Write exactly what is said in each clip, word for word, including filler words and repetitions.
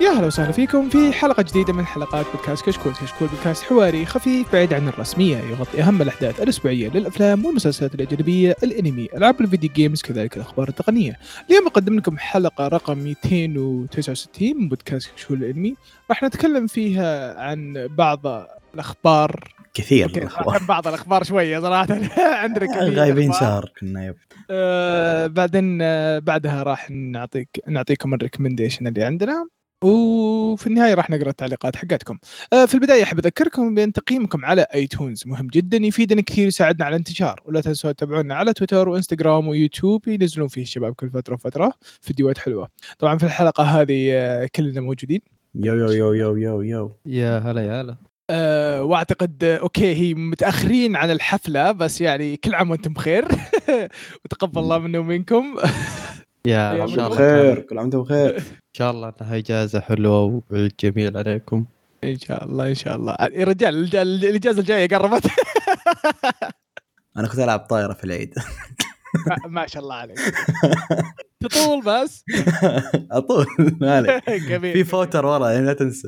يا هلا وسهلا فيكم في حلقة جديدة من حلقات بودكاست كشكول. كشكول بودكاست حواري خفيف بعيد عن الرسمية، يغطي أهم الأحداث الأسبوعية للأفلام والمسلسلات الأجنبية، الأنمي، ألعاب الفيديو جيمز، كذلك الأخبار التقنية. اليوم أقدم لكم حلقة رقم مئتين وتسعة وستين من بودكاست كشكول الأنمي. راح نتكلم فيها عن بعض الأخبار كثير الأخبار بعض الأخبار شوية صراحة عندنا كثير غايبين شهر كنا يب. آه بعدين آه بعدها راح نعطيك نعطيكم الريكومنديشن اللي عندنا، وفي النهاية راح نقرأ التعليقات حقتكم. آه في البداية أحب أذكركم بأن تقييمكم على ايتونز مهم جدا، يفيدنا كثير، يساعدنا على الانتشار. ولا تنسوا تتابعونا على تويتر وإنستغرام ويوتيوب، ينزلون فيه الشباب كل فترة وفترة فيديوهات حلوة. طبعا في الحلقة هذه آه كلنا موجودين. يو يو يو يو يو يو يا هلا يا هلا. أه واعتقد اوكي هي متاخرين عن الحفله، بس يعني كل عام وانتم بخير وتقبل الله منا ومنكم. يا كل ان شاء الله بخير، كل عام وانتم بخير. ان شاء الله انها اجازه حلوه وعيد جميل عليكم ان شاء الله ان شاء الله. يا رجال الاجازه الجايه قربت. انا كنت العب طايره في العيد. ما شاء الله عليك. تطول بس اطول مالك في فوتر ورا يعني لا تنسى.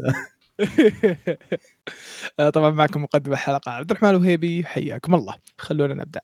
طبعا معكم مقدم الحلقه عبد الرحمن الوهيبي، حياكم الله. خلونا نبدا.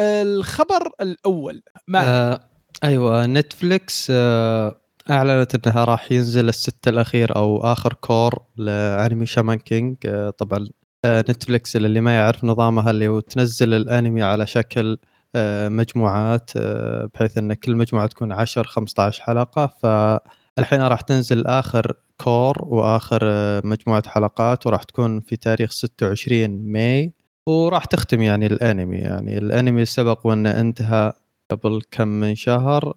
الخبر الاول ما آه ايوه نتفليكس آه اعلنت انها راح ينزل الست الاخير او اخر كور لانمي شامان كينج. آه طبعا آه نتفليكس اللي ما يعرف نظامها اللي هو تنزل الانمي على شكل آه مجموعات، آه بحيث ان كل مجموعه تكون عشرة خمسة عشر حلقه. فالحين راح تنزل اخر كور واخر آه مجموعه حلقات، وراح تكون في تاريخ ستة وعشرين ماي، وراح تختم يعني الانمي. يعني الانمي سبق وان انتهى قبل كم من شهر،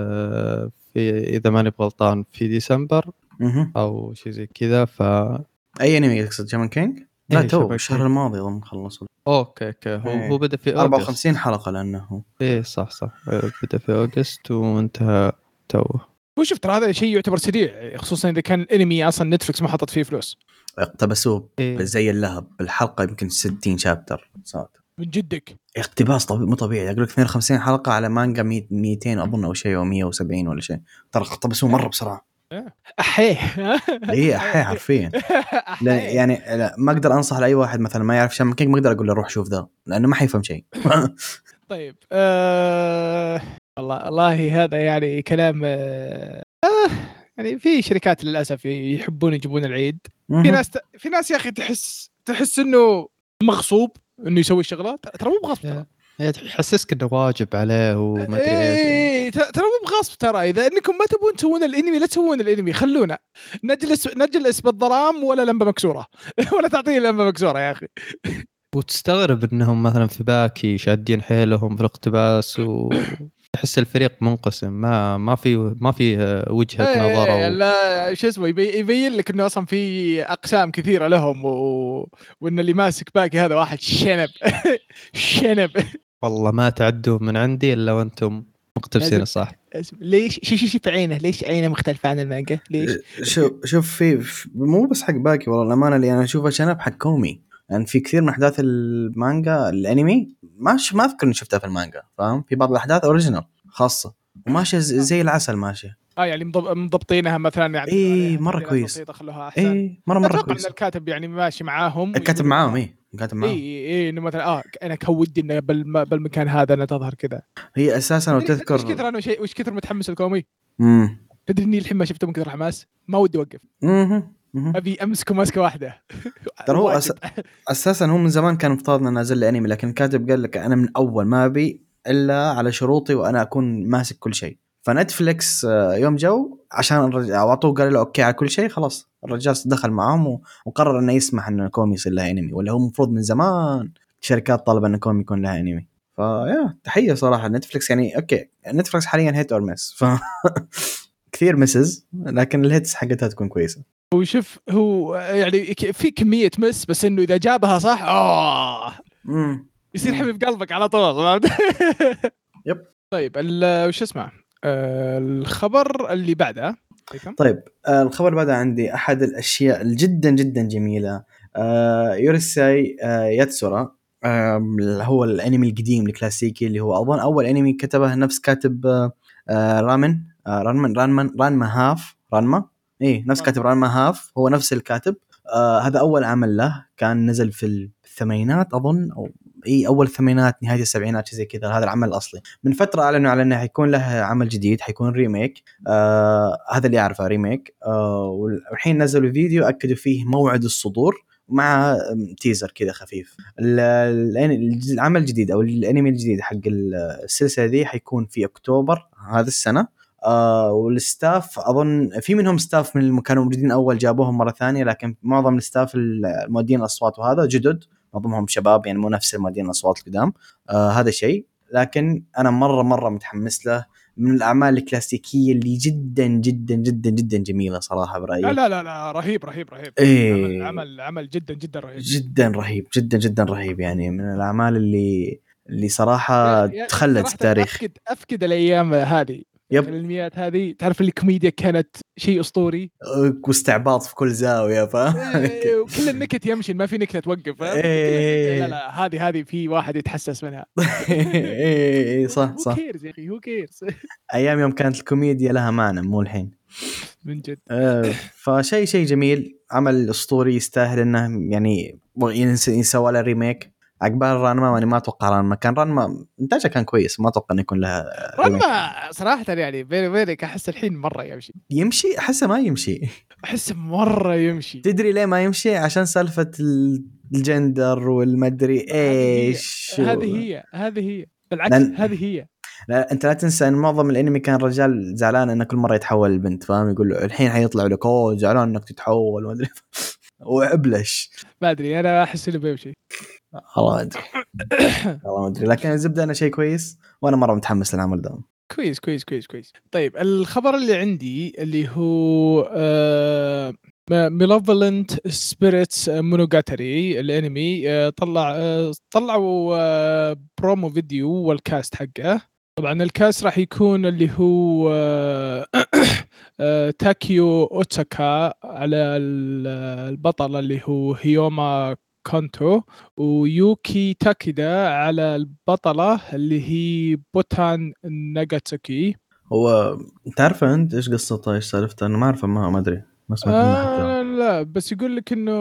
آه في اذا ماني غلطان في ديسمبر او شيء زي كذا. ف اي انمي تقصد شامان كينج؟ لا إيه تو الشهر الماضي اظن خلصوا. اوكي اوكي هو إيه. هو بدا في أربعة اوغست. وخمسين حلقه لانه ايه صح صح بدا في اوغست وانتهى توه. وشوف ترى هذا شيء يعتبر سريع، خصوصا اذا كان الانمي اصلا نتفلكس ما حطت فيه فلوس. اقتبسوه إيه. زي اللهب بالحلقه يمكن ستين شابتر صارت من جدك اقتباس طبيعي مو طبيعي. اقول لك اثنين وخمسين حلقه على مانجا مئتين اظن او شيء او مئة وسبعين ولا شيء. ترى اقتبسوه مره بسرعه. احيه اي احيه حرفيا. لا يعني لا ما اقدر انصح لاي واحد مثلا ما يعرف شامان كينج، ما اقدر اقول له روح شوف ذا لانه ما حيفهم شيء. طيب آه... الله الله هذا يعني كلام آه... يعني في شركات للاسف يحبون يجيبون العيد. في ناس ت... في ناس يا اخي تحس تحس انه مغصوب انه يسوي الشغلات، ترى مو بغصب، يحسسك انه واجب عليه وما ادري ايش. ايه ترى مو بغصب. ترى اذا انكم ما تبون تسوون الانمي لا تسوون الانمي، خلونا نجلس نجلس بالظلام ولا لمبه مكسوره ولا تعطيه لمبه مكسوره يا اخي. وتستغرب انهم مثلا في باكي شادين حيلهم في الاقتباس، وتحس الفريق منقسم، ما ما في ما في وجهة ايه نظر ايه و... لا شو اسمه يبي يبين لك انه اصلا في اقسام كثيره لهم، و... وان اللي ماسك باكي هذا واحد شنب شنب. والله ما تعدوا من عندي الا وانتم مقتبسين صح. ليش شي شي شي في عينه، ليش عينه مختلفه عن المانجا؟ ليش؟ شوف شوف في مو بس حق باكي والله الامانه اللي انا اشوفه شنب حق كومي. يعني في كثير من احداث المانجا الانمي ماشي ما اذكر اني شفتها في المانجا، فاهم؟ في بعض الاحداث اوريجينال خاصه وماشيه زي العسل ماشيه. اه يعني مضبطينها مثلا يعني ايه مره كويس. خلوها احسن. ايه مره مره كويس. ان الكاتب يعني ماشي معاهم، الكاتب معاهم. ايه الكاتب معاهم. اي اي انه مثلا اه انا كودي انه بالم... بالمكان هذا انا تظهر كذا. هي اساسا لو تذكر وش كثر انا شيء وش كثر متحمس الكومي. امم تدري اني الحين ما شفته من كثر حماس ما ودي اوقف. امم ابي امسكه ماسكه واحده. ترى هو أس... اساسا هو من زمان كان مفترض ان نازل انمي، لكن الكاتب قال لك انا من اول ما ابي الا على شروطي وانا اكون ماسك كل شيء. فنتفليكس يوم جو عشان الرجال وعطوه قال له اوكي على كل شيء، خلاص الرجال دخل معاهم وقرر انه يسمح ان كومي يصير لها انمي، ولا هو المفروض من زمان شركات طالبه ان كومي يكون لها انمي. فيا تحيه صراحه نتفليكس. يعني اوكي نتفليكس حاليا هيت اور مس ف كثير مسز، لكن الهيتس حقتها تكون كويسه. وشوف هو يعني في كميه مس، بس انه اذا جابها صح اه امم يصير حبيب قلبك على طول. يب. طيب وش اسمه آه الخبر اللي بعده. طيب آه الخبر بعده عندي أحد الأشياء الجدا جدا جميلة. آه يوريساي آه ياتسورا آه هو الأنمي القديم الكلاسيكي اللي هو أظن أول أنمي كتبه نفس كاتب آه رامن آه رانمان رانمان رانما هاف رانما ايه نفس كاتب رانما هاف، هو نفس الكاتب. آه هذا اول عمل له، كان نزل في الثمانينات اظن، او اي اول الثمانينات نهايه السبعينات شيء زي كذا. هذا العمل الاصلي. من فتره اعلنوا على انه حيكون له عمل جديد، حيكون ريميك. آه هذا اللي اعرفه ريميك. آه والحين نزلوا فيديو اكدوا فيه موعد الصدور مع تيزر كذا خفيف. العمل الجديد او الانمي الجديد حق السلسله دي حيكون في اكتوبر هذا السنه. آه والستاف اظن في منهم ستاف من اللي كانوا موجودين اول جابوهم مره ثانيه، لكن معظم الستاف المؤدين الاصوات وهذا جدد، معظمهم شباب يعني مو نفس المؤدين الاصوات القدام. آه هذا شيء، لكن انا مره مره متحمس له. من الاعمال الكلاسيكيه اللي جدا جدا جدا جدا جميله صراحه برايي. لا لا لا, لا رهيب رهيب رهيب. إيه عمل, عمل عمل جدا جدا رهيب، جدا رهيب جدا جدا رهيب. يعني من الاعمال اللي اللي صراحه تخلد في التاريخ. افقد افقد الايام هذه. يب. الانميات هذه تعرف الكوميديا كانت شيء اسطوري، واستعباط في كل زاويه فاهم. وكل النكت يمشي ما في نكته توقف. لا لا هذه هذه في واحد يتحسس منها. اي صح صح. هو كيرز يا اخي هو كيرز. ايام يوم كانت الكوميديا لها معنى مو الحين من جد. فشيء شيء جميل، عمل اسطوري يستاهل انه يعني يسوى له ريميك. عقبال رانما يعني ما اتوقع رانما كان رانما انتاجه كان كويس، ما اتوقع انه يكون له رانما صراحه يعني بيني وبينك احس الحين مره يمشي يمشي احسه ما يمشي احس مره يمشي. تدري ليه ما يمشي؟ عشان سالفه الجندر والمدري ايش. هذه هي هذه هي بالعكس لن... هذه هي. لا انت لا تنسى ان معظم الانمي كان رجال زعلان انه كل مره يتحول البنت، فاهم؟ يقول له الحين حيطلع لك اوه زعلان انك تتحول وما ادري وابلش ما ادري انا احس انه بيمشي والله ما ادري والله ما ادري. لكن الزبده انا شيء كويس وانا مره متحمس للعمل ده. كويس كويس كويس كويس. طيب الخبر اللي عندي اللي هو آه ميلوفولنت سبيريتس مونوجاتري الانمي. آه طلع آه طلعوا آه برومو فيديو والكاست حقه. طبعا الكاست راح يكون اللي هو آه آه تاكيو اوتساكا على البطل اللي هو هيوما كونتو، ويوكي تاكيدا على البطلة اللي هي بوتان ناغاتسوكي. هو تعرف انت ايش قصته ايش سالفته؟ انا ما اعرف ما ادري ما سمعت آه لا بس يقول لك انه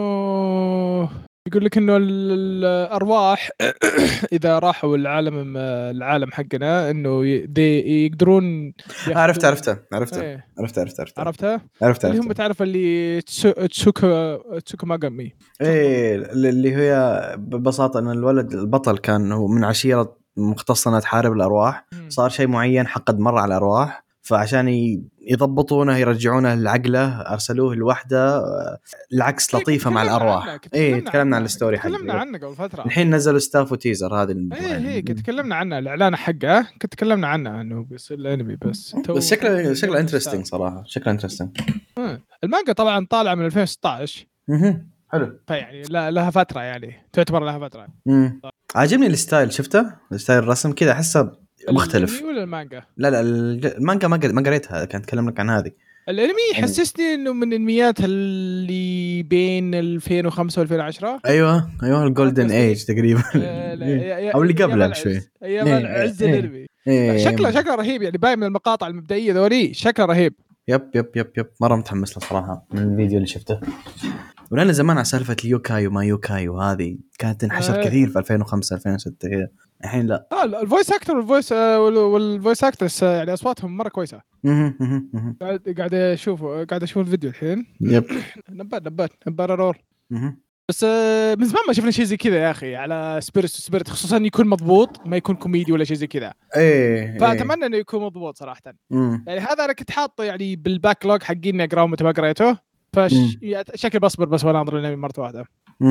يقول لك انه الارواح اذا راحوا العالم العالم حقنا انه يقدرون. عرفت عرفته عرفته ايه. عرفت عرفت عرفت عرفتها عرفت اللي هم تعرف اللي تسوكا تسوكا ماغامي. ايه اللي هي ببساطه ان الولد البطل كان هو من عشيره مختصه تحارب الارواح. صار شيء معين حقد مره على الارواح، فعشان يضبطونه يرجعونه لعقله ارسلوه لوحده العكس لطيفه مع الارواح. ايه تكلمنا عن الستوري حقه، تكلمنا عنه قبل فتره. الحين نزلوا ستاف وتيزر هذا ايه هي كنت تكلمنا عنه الاعلان حقه، كنت تكلمنا عنه انه بيصير الانمي بس بس شكله شكله انترستينج صراحه شكله انترستينج. المانجا طبعا طالعه من ألفين وستة عشر. اها حلو فيعني لا لها فتره يعني تعتبر لها فتره. امم عاجبني الستايل شفته الستايل الرسم كذا احسه مختلف. ولا المانجا؟ لا لا المانجا ما قريتها كنت اتكلم لك عن هذه. الانمي حسسني انه من الانميات اللي بين ألفين وخمسة وألفين وعشرة. ايوه ايوه الجولدن ايج تقريبا او اللي قبله بشوي ايام العز الانمي. شكله شكله رهيب يعني باين من المقاطع المبدئيه ذولي شكله رهيب. يب يب يب يب مره متحمس له صراحه من الفيديو اللي شفته. ولأن زمان على سالفة اليوكاي وما يوكاي وهذه كانت تنحشر آه. كثير في ألفين وخمسة ألفين وستة كذا. الحين لا. آه الفويس أكتر والفويس آه والفويس أكترس آه يعني أصواتهم مرة كويسة. قاعد قاعد أشوف قاعد أشوف الفيديو الحين. يب. نبات نبات نباررور. بس آه من زمان ما شفنا شيء زي كذا يا أخي على سبيريت سبيريت خصوصا يكون مضبوط ما يكون كوميدي ولا شيء زي كذا. إيه. فأتمنى إنه يكون مضبوط صراحة. مم. يعني هذا أنا كنت حاطه يعني بالباك لوج حقيني أقرأه متى ما قريته. فش شكل بصبر بس ولا انظر الانمي مرة واحدة.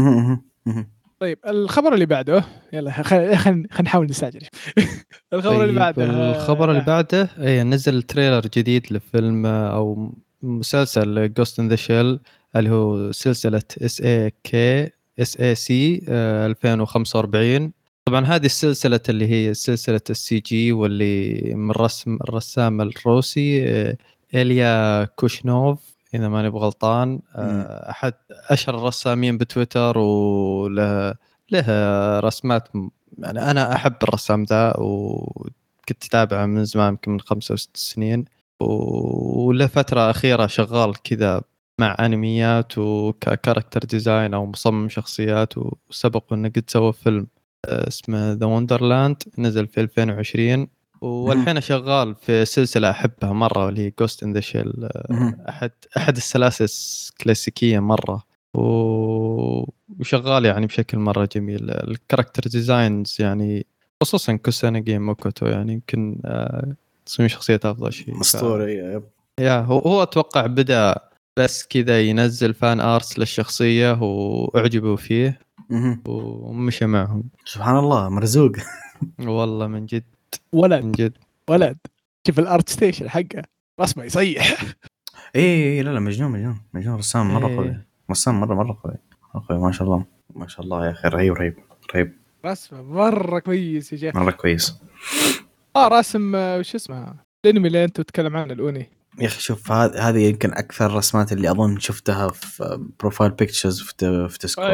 طيب الخبر اللي بعده يلا خلينا خل... خل نحاول نستعجل. الخبر طيب اللي بعده الخبر اللي بعده اي نزل تريلر جديد لفيلم او مسلسل Ghost in the Shell اللي هو سلسلة إس إيه كي إس إيه سي ألفين وخمسة وأربعين. طبعا هذه السلسلة اللي هي سلسلة السي جي واللي من رسم الرسام الروسي إيليا كوشنوف إذا ما نبغى غلطان. أحد أشهر الرسامين بتويتر وله له رسمات يعني أنا أحب الرسام ذا وكنت أتابعه من زمان يمكن من خمسة وست سنين وله فترة أخيرة شغال كذا مع انميات وكاركتر ديزاين او مصمم شخصيات، وسبق انه قد سوى فيلم اسمه ذا وندرلاند نزل في ألفين وعشرين، والحين شغال في سلسله احبها مره اللي هي جوست ان ذا شيل، احد احد السلاسل كلاسيكيه مره، وشغال يعني بشكل مره جميل. الكاركتر ديزاينز يعني خصوصا كوساناغي موكوتو يعني يمكن تصميم شخصيات افضل شيء اسطوري. ف... يا هو هو اتوقع بدا بس كذا ينزل فان ارتس للشخصيه واعجبوا فيه ومشى معهم. سبحان الله مرزوق. والله من جد ولد من جد ولد. شوف الارت ستيشن حقه رسمه يصيح. ايه لا لا مجنون مجنون مجنون رسام مره قوي. إيه. رسام مره مره قوي قوي ما شاء الله ما شاء الله يا اخي. رهيب رهيب رهيب رسمه مره كويس يا شيخ مره كويس. اه راسم وش اسمه الانمي اللي انت تتكلم عنه الاوني يا اخي شوف هذه هذه يمكن اكثر الرسمات اللي اظن شفتها في بروفايل بيكتشرز في في ديسكورد.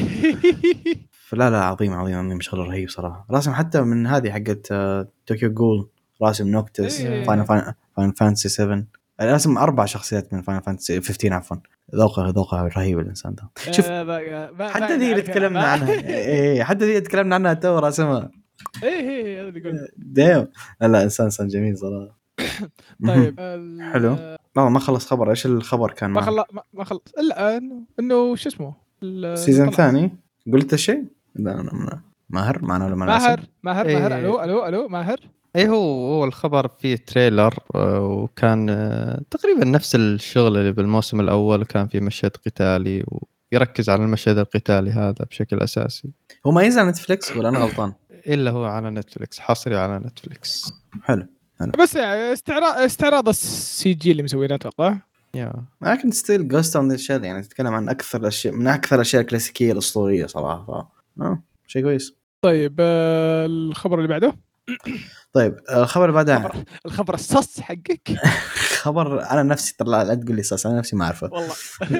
فلا لا عظيم عظيم عظيم شغل رهيب صراحه. راسم حتى من هذه حقت توكيو جول، راسم نوكتس فاينل فاينل فانتسي سبعة، راسم اربع شخصيات من فاينل فانتسي خمسة عشر عفوا. ذوقه ذوقه رهيب الانسان ده. شوف حتى ذي اللي تكلمنا عنها ايه حتى ذي تكلمنا عنها تو راسمها ايه ايه هذا اللي يقول دايم. لا لا انسان انسان جميل صراحه. طيب حلو. لا ما خلص خبر. ايش الخبر كان ما خلص ما خلص الا انه انه شو اسمه السيزون الثاني. قلت شيء؟ لا انا ماهر معنا ولا معنا؟ ماهر ماهر إيه. ماهر الو الو الو ماهر. ايه هو هو الخبر فيه تريلر وكان تقريبا نفس الشغل اللي بالموسم الاول، كان في مشهد قتالي ويركز على المشهد القتالي هذا بشكل اساسي. هو ما ينزل على نتفليكس ولا انا غلطان؟ الا هو على نتفليكس، حصري على نتفليكس. حلو حلو. بس استعراض استعراض السي جي اللي مسوينه اتوقع. يا لكن ستيل جوست اون ذا شيل يعني تتكلم عن اكثر الاشياء من اكثر الاشياء الكلاسيكيه الاسطوريه صراحه. ف اه شيء كويس. طيب آه الخبر اللي بعده. طيب الخبر اللي بعده الخبر, الخبر الصص حقك. خبر انا نفسي ترى لا تقول لي صص، انا نفسي ما اعرفه والله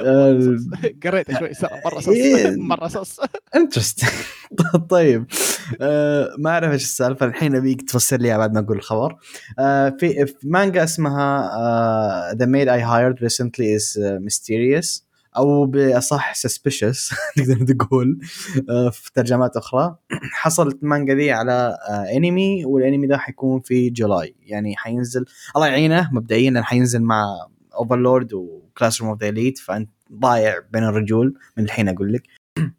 قريت شوي مره صص مره صص انترستينج. طيب آه ما اعرف ايش السالفه الحين، ابيك تفسر لي بعد ما اقول الخبر. آه في, في مانجا اسمها آه The Maid I Hired Recently is Mysterious او باصح suspicious نقدر نقول آه في ترجمات اخرى. حصلت مانجا ذي على آه انمي، والانمي ده حيكون في جولاي يعني حينزل الله يعينه مبدئيا لأن حينزل مع اوفرلورد وكلاس روم اوف ذا إليت، فانت ضايع بين الرجول من الحين اقول لك.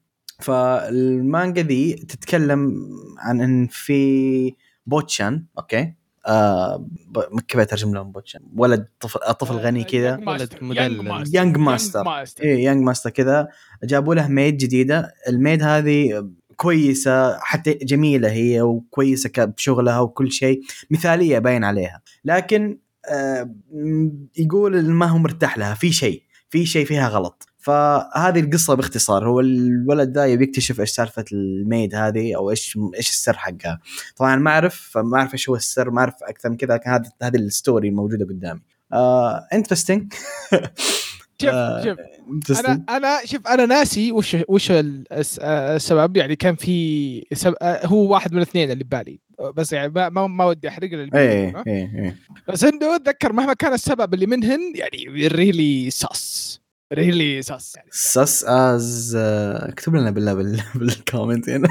فالمانجا ذي تتكلم عن ان في بوتشان اوكي آه كيف اترجم لهم بوتشان؟ ولد طفل طفل غني كذا، ولد مدلل يانج ماستر. ايه يانج ماستر كذا. جابوا له ميد جديده. الميد هذه كويسه حتى جميله هي وكويسه بشغلها وكل شيء مثاليه باين عليها، لكن آه يقول ما هو مرتاح لها، في شيء في شيء فيها غلط. فهذه القصة باختصار. هو الولد ده يبي يكتشف إيش سالفة الميد هذه أو إيش إيش السر حقها. طبعا ما أعرف فما أعرف إيش هو السر، ما أعرف أكثر من كذا. كان هذا هذه الستوري موجودة قدامي. آه انترستينج. شوف شوف أنا أنا شوف أنا ناسي وش وش السبب يعني. كان في سب... هو واحد من الاثنين اللي ببالي، بس يعني ما ما ودي أحرق اللي إيه إيه إيه. بس إنه أتذكر مهما كان السبب اللي منهن يعني ريلي ساس ريلي ساس يعني ساس از اكتب لنا بالله بال... بالكومنت هنا.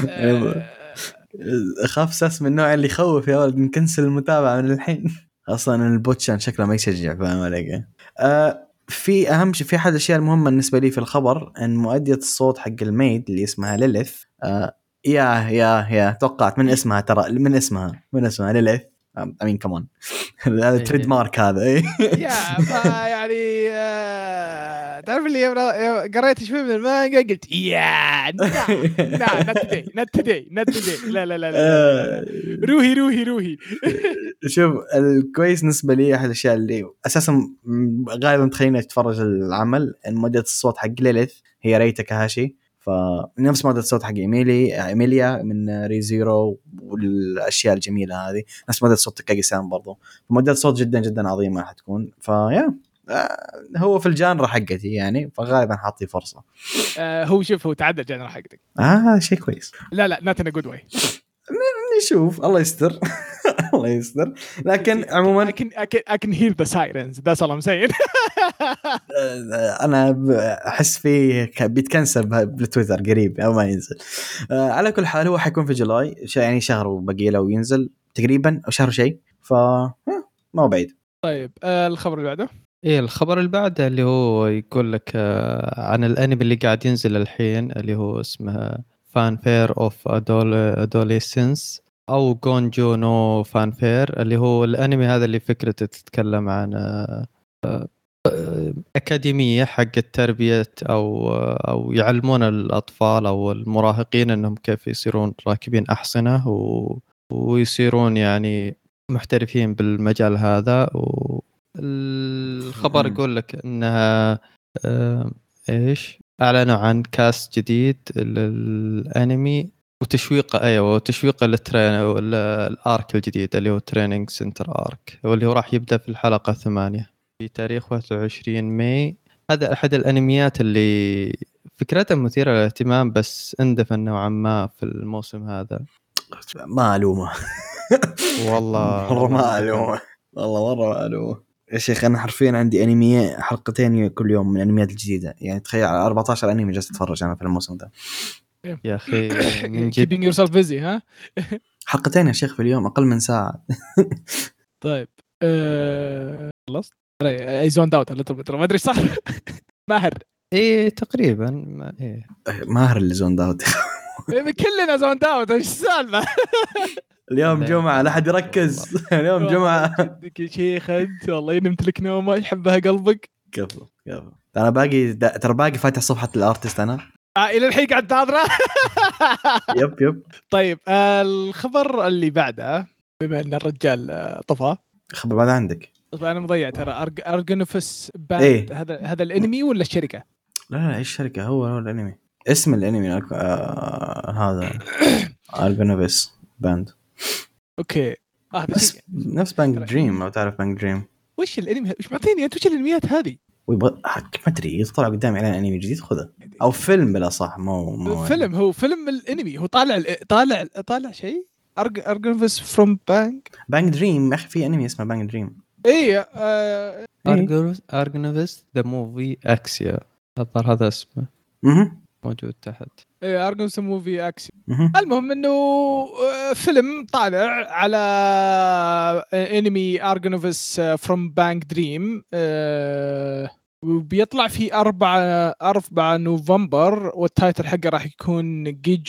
اخاف ساس من النوع اللي يخوف يا ولد، نكنسل المتابعه من الحين. اصلا البوتشان شكله ما يشجع فاهم عليك. آه في اهم شيء في احد الاشياء المهمه بالنسبه لي في الخبر ان مؤديه الصوت حق الميد اللي اسمها ليليث آه يا يا يا توقعت من اسمها ترى من اسمها من اسمها ليليث امين كمان هذا تريد مارك هذا. يا ما يعني تعرف اللي قريت شوي من المانجا قلت يا لا نتدي نتدي نتدي لا لا لا لا روحي روحي روحي. شوف الكويس بالنسبة لي أحد الأشياء اللي أساسا غالبا تخليني أتفرج العمل إن مادة الصوت حق ليليث هي ريتا كهاشي، فنفس مادة الصوت حق إيميلي إيميليا من ريزيرو والأشياء الجميلة هذه، نفس مادة الصوت كاجيسان برضو. مادة الصوت جدا جدا عظيمة حتكون. فيا هو في الجانرا حقتي يعني، فغالبا حاطي فرصة. آه هو شوف هو تعدى الجانرا حقتك آه شيء كويس. لا لا ناتنا جود واي نشوف الله يستر. الله يستر. لكن عموما I can I can I can hear the sirens that's all I'm saying. انا احس فيه بيتكنسل بالتويتر قريب او ما ينزل. على كل حال هو حيكون في جولاي يعني شهر وبقي له وينزل تقريبا او شهر شيء ف ما هو بعيد. طيب آه الخبر اللي بعده ايه الخبر اللي بعده اللي هو يقول لك آه عن الانمي اللي قاعد ينزل الحين اللي هو اسمه فانفير اوف ادوليسنس او جونجو نو فانفير، اللي هو الانمي هذا اللي فكرته تتكلم عن آه آه أكاديمية حق التربية أو أو يعلمون الأطفال أو المراهقين أنهم كيف يصيرون راكبين أحصنة و ويصيرون يعني محترفين بالمجال هذا. والخبر يقول لك أنها إيش أعلنوا عن كاست جديد للأنمي وتشويقه أيوة وتشويقه للترين الأرك الجديد اللي هو تريننج سنتر أرك واللي هو راح يبدأ في الحلقة ثمانية في تاريخ واحد وعشرين ماي. هذا أحد الأنميات اللي فكرته مثيرة للاهتمام بس اندفن نوعا ما في الموسم هذا. ما ألومه والله مرة ما ألومه والله مرة ما ألومه يا شيخ. أنا حرفيا عندي أنمي حلقتين كل يوم من الأنميات الجديدة يعني تخيل على أربعة عشر أنمي جالس أتفرج أنا في الموسم ده يا أخي من جد. keeping yourself busy ها. حلقتين يا شيخ في اليوم أقل من ساعة. طيب خلص اي زون داوت ما ادري صح. ماهر ايه تقريبا ما ايه ماهر اللي زون داوت. كلنا زون داوت ايش السالفه. اليوم جمعة لا حد يركز. اليوم جمعة يا شيخ انت والله نمت لك نومه يحبها قلبك. كفو كفو. انا باقي ترى باقي فاتح صفحة الارتست انا آه الى الحين قاعد تناظره. يب يب. طيب آه الخبر اللي بعده بما ان الرجال آه طفى خبر بعد عندك. طبعا انا مضيع ترى أرج... ارجنوفس باند إيه؟ هذا هذا الانمي ولا الشركه؟ لا لا ايش الشركة هو هو الانمي اسم الانمي آه هذا ارجنوفس باند. اوكي اه بس نفس بانك دريم لو تعرف بانك دريم. وش الانمي وش معطيني انت وش الانميات هذه؟ ويبغى ما ادري يطلع قدامي على انمي جديد خذه او فيلم بلا صح مو مو فيلم هو فيلم الانمي هو طالع طالع طالع شيء أرج... ارجنوفس فروم بانك بانك دريم يا اخي في انمي اسمه بانك دريم. ايه آه... ارجنوفس ذا موفي اكسيا الظاهر هذا اسمه اها موجود تحت. ايه ارجنوفس موفي اكسيا. المهم انه فيلم طالع على انمي ارجنوفس فروم بانك دريم وبيطلع في أربعة أربعة نوفمبر والتايتل حقه راح يكون جيج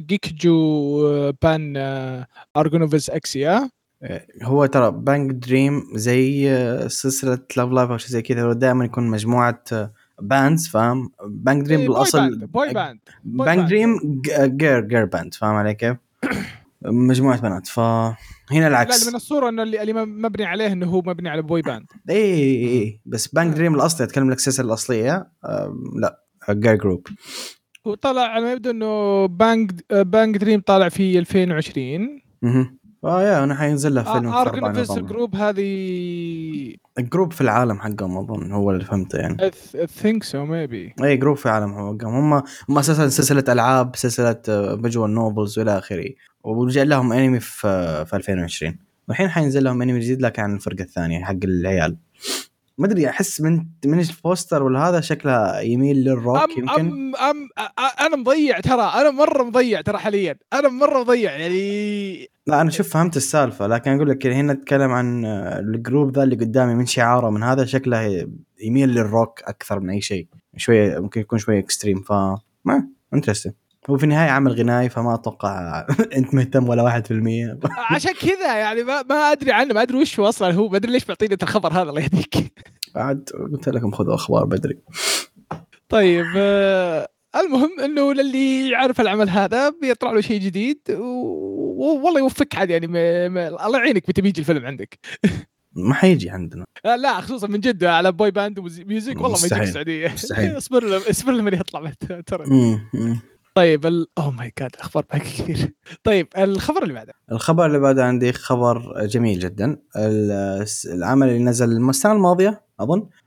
جيكجو بان أرجونوفيس أكسيا. هو ترى بانك دريم زي سلسلة لاف لايف أو شيء زي كذا دائما يكون مجموعة باندز فاهم. بانك دريم إيه بالأصل بوي باند بوي باند بانك دريم جير جير باند فاهم علي كيف مجموعة بنات. فهنا العكس. لا من الصورة إنه اللي, اللي مبني عليه إنه هو مبني على بوي باند. إيه إيه بس بانك دريم الأصلي أتكلم لك السلسلة الأصلية لا جير جروب. هو طلع على ما يبدو إنه بانك بانك دريم طالع في ألفين وعشرين. اها اه يا انا حينزل له فيلم في أربعة نوفمبر. الجروب هذه الجروب في العالم حقهم اظن هو اللي فهمته يعني. I think so maybe. اي جروب في عالم حقهم هم هم اساسا سلسله العاب سلسله فيجوال نوفلز والى اخره وجاء لهم انمي في في ألفين وعشرين والحين حينزل لهم انمي جديد لكن عن الفرقه الثانيه حق العيال. ما ادري احس من من البوستر ولا هذا شكله يميل للروك أم يمكن. أم أم انا مضيع ترى انا مره مضيع ترى حاليا انا مره مضيع يعني. لا انا شوف فهمت السالفه لكن اقول لك هنا نتكلم عن الجروب ذا اللي قدامي من شعاره من هذا شكله يميل للروك اكثر من اي شيء شويه ممكن يكون شويه اكستريم فما انترستين. هو في النهايه عمل غنائي فما اتوقع انت مهتم ولا واحد في المية. عشان كذا يعني ما ما ادري عنه ما ادري وش هو اصلا هو ما ادري ليش معطيني الخبر هذا الله يهديك. بعد قلت لكم خذوا اخبار بدري. طيب آه المهم انه للي يعرف العمل هذا بيطلع له شيء جديد والله يوفقك عاد يعني ما ما الله يعينك متى بيجي الفيلم عندك. ما حيجي عندنا لا خصوصا من جد على بوي باند وميوزك والله ما يجي السعوديه. اصبر اصبر لما يطلع ترى. طيب ال... اوه ماي جاد الاخبار باقي كثير. طيب الخبر اللي بعده الخبر اللي بعده عندي خبر جميل جدا. العمل اللي نزل السنه الماضيه اظن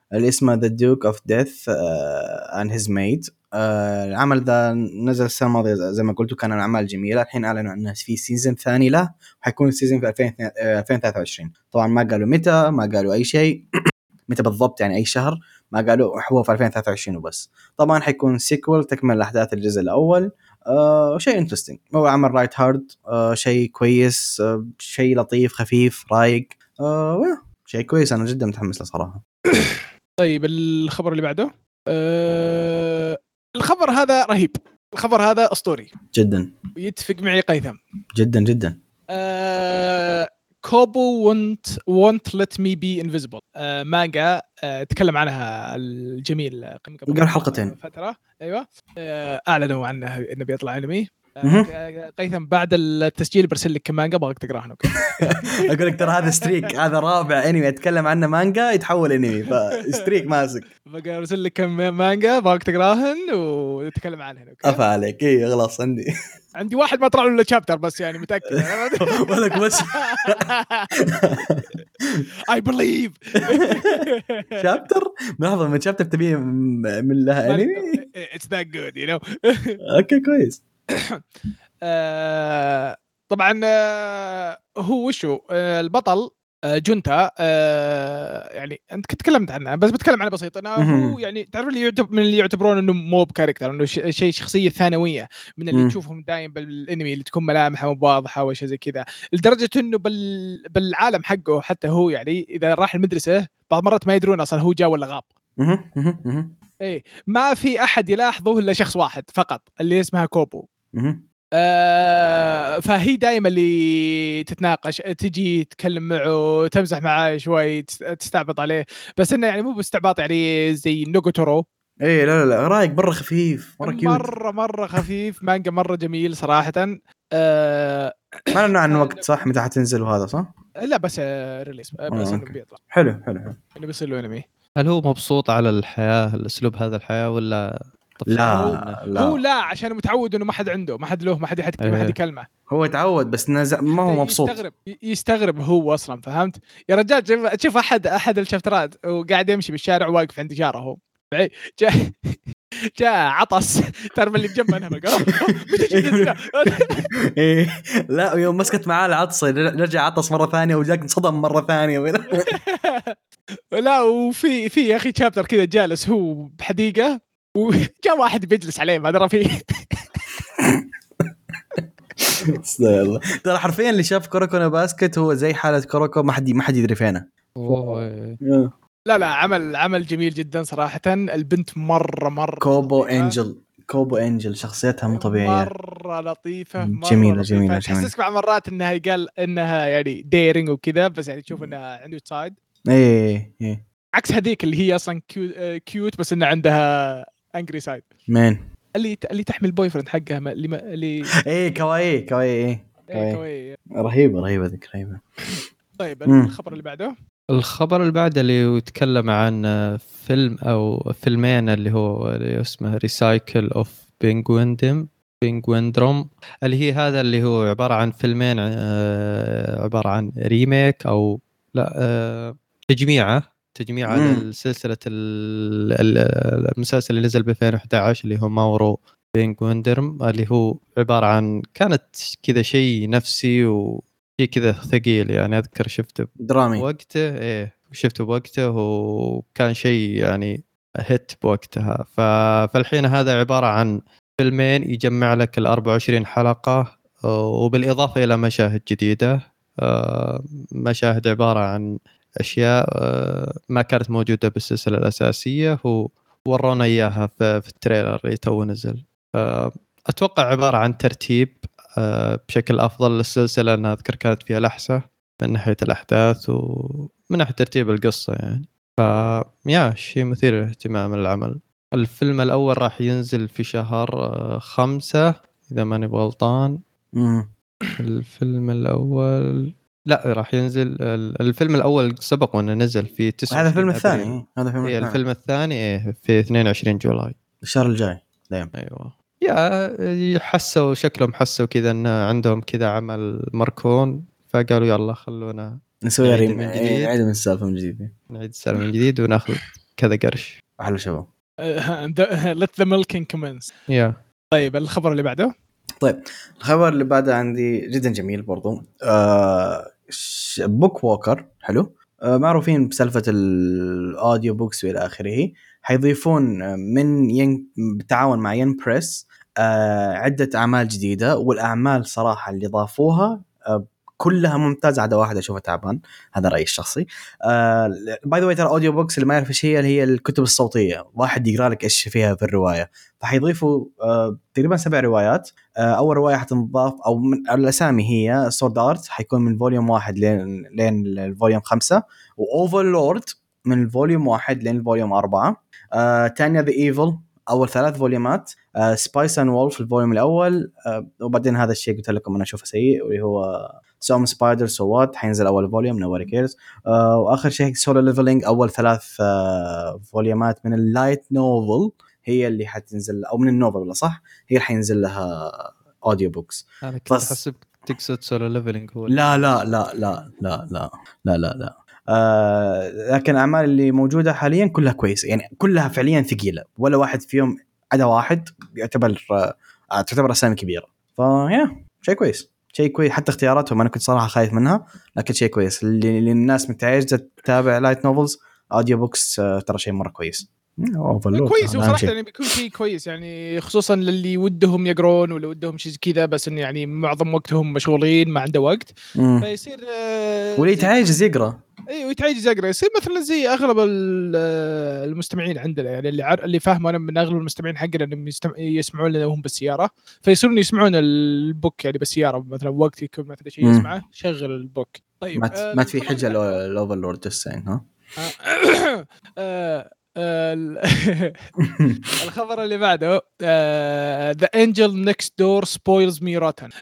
اللي اسمه The Duke of Death uh, and His Maid. uh, العمل ذا نزل السنة الماضية زي ما قلت، وكان الأعمال جميلة. الحين أعلنوا أنه في سيزن ثاني له، وحيكون السيزن في ألفين وثلاثة وعشرين. طبعا ما قالوا متى، ما قالوا أي شيء متى بالضبط يعني أي شهر، ما قالوا، هو في ألفين وثلاثة وعشرين وبس. طبعا حيكون سيكول تكمل الأحداث الجزء الأول. آه شيء انترستينج، هو عمل رايت هارد، آه شيء كويس، آه شيء لطيف خفيف رايق، آه شيء كويس. أنا جدا متحمس له صراحة. طيب الخبر اللي بعده، آه الخبر هذا رهيب، الخبر هذا أسطوري جدا، ويتفق معي قيثم جدا جدا. آه كوبو won't won't let me be invisible. آه مانجا آه تكلم عنها الجميل قبل حلقتين فترة. أيوة، آه أعلنوا عنه إنه بيطلع أنمي. آه قيثم بعد التسجيل برسل لك مانجا بغاك تقراها. أقول لك ترى هذا ستريك، هذا رابع أنمي أتكلم عنه مانجا يتحول أنمي، فستريك ماسك. بقى أرسل لك مانجا بغاك تقراهن وتتكلم عنهن. أفا عليك. إيه خلاص عندي عندي واحد ما طلع له شابتر بس يعني متأكد. ولك بس I believe شابتر لحظة من شابتر تبيه من لها أنمي. It's that good you know. أوكي كويس. طبعا هو وشو البطل جونتا، يعني انت تكلمت عنه بس بتكلم عنه بسيط. انه هو يعني تعرف اللي يعتبر من اللي يعتبرون انه موب كاركتر، انه شيء شخصيه ثانويه من اللي تشوفهم دايم بالانمي اللي تكون ملامحه واضحه وشيء زي كذا، لدرجه انه بال... بالعالم حقه حتى هو يعني اذا راح المدرسه بعض مرات ما يدرون اصلا هو جا ولا غاب. ايه ما في احد يلاحظه الا شخص واحد فقط اللي اسمها كوبو. آه فهي دائما اللي تتناقش، تجي تتكلم معه، تمزح معاه شوي، تستعبط عليه، بس انه يعني مو باستعباط يعني زي نوغوتورو. ايه لا لا رايق، مره خفيف، مره كيوت، مره مره خفيف. مانجا مره جميل صراحه. آه ما لنا عن وقت صح متى حتنزل وهذا صح؟ لا بس آه ريليس بس انه بيطلع. حلو حلو حلو. انه بيصير له انمي. هل هو مبسوط على الحياه الاسلوب هذا الحياه ولا لا هو لا هو لا عشان متعود انه ما حد عنده، ما حد له، ما حد يحكي، ما حد يكلمه. هو تعود بس نزع ما هو مبسوط. يستغرب يستغرب هو اصلا، فهمت يا رجال؟ تشوف احد احد الشفترات وقاعد يمشي بالشارع واقف عند اشاره، هو جاء جاء عطس، تعرف اللي بجنبه انا بقى ايه لا يوم مسكت معاه العطسه رجع عطس مره ثانيه وجاك انصدم مره ثانيه. لا وفي في يا اخي شابتر كذا جالس هو بحديقه وجاء واحد بيجلس عليه ما درى فيه. والله ترى حرفيا اللي شاف كوروكو باسكت هو زي حاله كوروكو، ما حد ما حد يدري فينه. لا لا عمل عمل جميل جدا صراحه. البنت مره مره كوبو انجل، كوبو انجل شخصيتها مو طبيعيه، مره لطيفه، مرة جميله لطيفة. جميله تحسسك بعض مرات انها قال انها يعني ديرينج وكذا، بس يعني تشوف انها عنده سايد. ايه ايه عكس هذيك اللي هي اصلا كيوت, كيوت بس انها عندها انجري سايد. مين اللي اللي تحمل البوي فريند حقها اللي ما... اللي ايه كواي كواي ايه كواي, كواي. رهيبه رهيبه ذيك رهيبه. طيب الخبر اللي بعده، الخبر اللي بعده اللي يتكلم عن فيلم او فيلمين اللي هو اللي اسمه ريسايكل اوف بينغويندم بينغويندروم، اللي هي هذا اللي هو عباره عن فيلمين عباره عن ريميك او لا تجميعه تجميع على السلسله المسلسل اللي نزل ب ألفين وإحدى عشر اللي هو ماورو بينغويندروم، اللي هو عباره عن كانت كذا شيء نفسي و شيء كذا ثقيل يعني. أذكر شفته درامي وقته، إيه شفته بوقته وكان شيء يعني هيت بوقتها. فالحين هذا عبارة عن فيلمين يجمع لك الأربع وعشرين حلقة وبالإضافة إلى مشاهد جديدة، مشاهد عبارة عن أشياء ما كانت موجودة بالسلسلة الأساسية وورونا إياها في التريلر اللي تو نزل. أتوقع عبارة عن ترتيب بشكل أفضل للسلسلة، أنا أذكر كانت فيها لحسة من ناحية الأحداث ومن ناحية ترتيب القصة يعني. فيا شيء مثير للاهتمام العمل. الفيلم الأول راح ينزل في شهر خمسة إذا ماني غلطان. الفيلم الأول لا راح ينزل الفيلم الأول سبق وأنه نزل في تسعة. هذا الفيلم الثاني هذا الفيلم, الفيلم الثاني في اثنين وعشرين جولاي الشهر الجاي. دايم أيوة يا يحسوا شكلهم حسوا كذا ان عندهم كذا عمل مركون، فقالوا يلا خلونا نسوي نعيد من السالفه من جديد، نعيد السالفه من جديد وناخذ كذا قرش. احلى شباب. let the milking commence. يا طيب الخبر اللي بعده. طيب الخبر اللي بعده عندي جدا جميل برضو. آه بوك ووكر حلو، آه معروفين بسالفة الأوديو بوكس وإلى آخره. حيضيفون من ين بالتعاون مع ين بريس آه عدة أعمال جديدة، والأعمال صراحة اللي ضافوها آه كلها ممتازة عدا واحدة أشوفها تعبان، هذا رأيي الشخصي. باي ذا واي ترى أوديو بوكس اللي ما يعرف إيش هي، اللي هي الكتب الصوتية، واحد يقرأ لك إيش فيها في الرواية. فحيضيفوا آه تقريبا سبع روايات. آه أول رواية حتنضاف أو من الأسامي هي سورد آرت، حيكون من فوليوم واحد لين لين الفوليوم خمسة، وأوفرلورد من الفوليوم واحد لين الفوليوم أربعة. آه تانيا ذا إيفل أول ثلاث فوليومات. سبايس أند وولف الفوليوم الأول. آه وبعدين هذا الشيء قلت لكم أنا أشوفه سيء، واللي هو سوم سبايدر سوات حينزل أول فوليوم نواري كيرز. آه وآخر شيء سولو ليفلينج أول ثلاث آه فوليومات من اللايت نوفل، هي اللي حتنزل، أو من النوفل ولا صح، هي اللي حينزل لها أوديو بوكس. أنا كنت أحسب تقصد سولو ليفلينج هو. لا لا لا لا لا لا لا لا لا آه لكن الأعمال اللي موجودة حاليا كلها كويسة، يعني كلها فعليا ثقيلة، ولا واحد فيهم عدا واحد يعتبر آه تعتبر أسامي كبيرة. فيا شيء كويس، شيء كويس. حتى اختياراتهم أنا كنت صراحة خايف منها، لكن شيء كويس. اللي, اللي الناس متعجزة تتابع لايت نوفلز، أوديو بوكس آه ترى شيء مرة كويس. كويس وصراحة يعني بيكون شيء كويس، يعني خصوصا للي ودهم يقرون ولا ودهم شيء كذا، بس إن يعني معظم وقتهم مشغولين ما عنده وقت. مم. فيصير آه واللي يتعجز يقرأ. اي ويتعجز يقرا، يصير مثلا زي اغلب المستمعين عندنا، يعني اللي عار... اللي فاهمه انا من اغلب المستمعين حقنا انهم يستم... يسمعون لنا وهم بالسياره، فيصيرون يسمعون البوك يعني بالسياره، مثلا وقت يكون مثلا شيء يسمعه شغل البوك. طيب ما آه ما في حجه الاوفرلورد جسين ها. آه آه الخبر اللي بعده The Angel Next Door Spoils Me Rotten.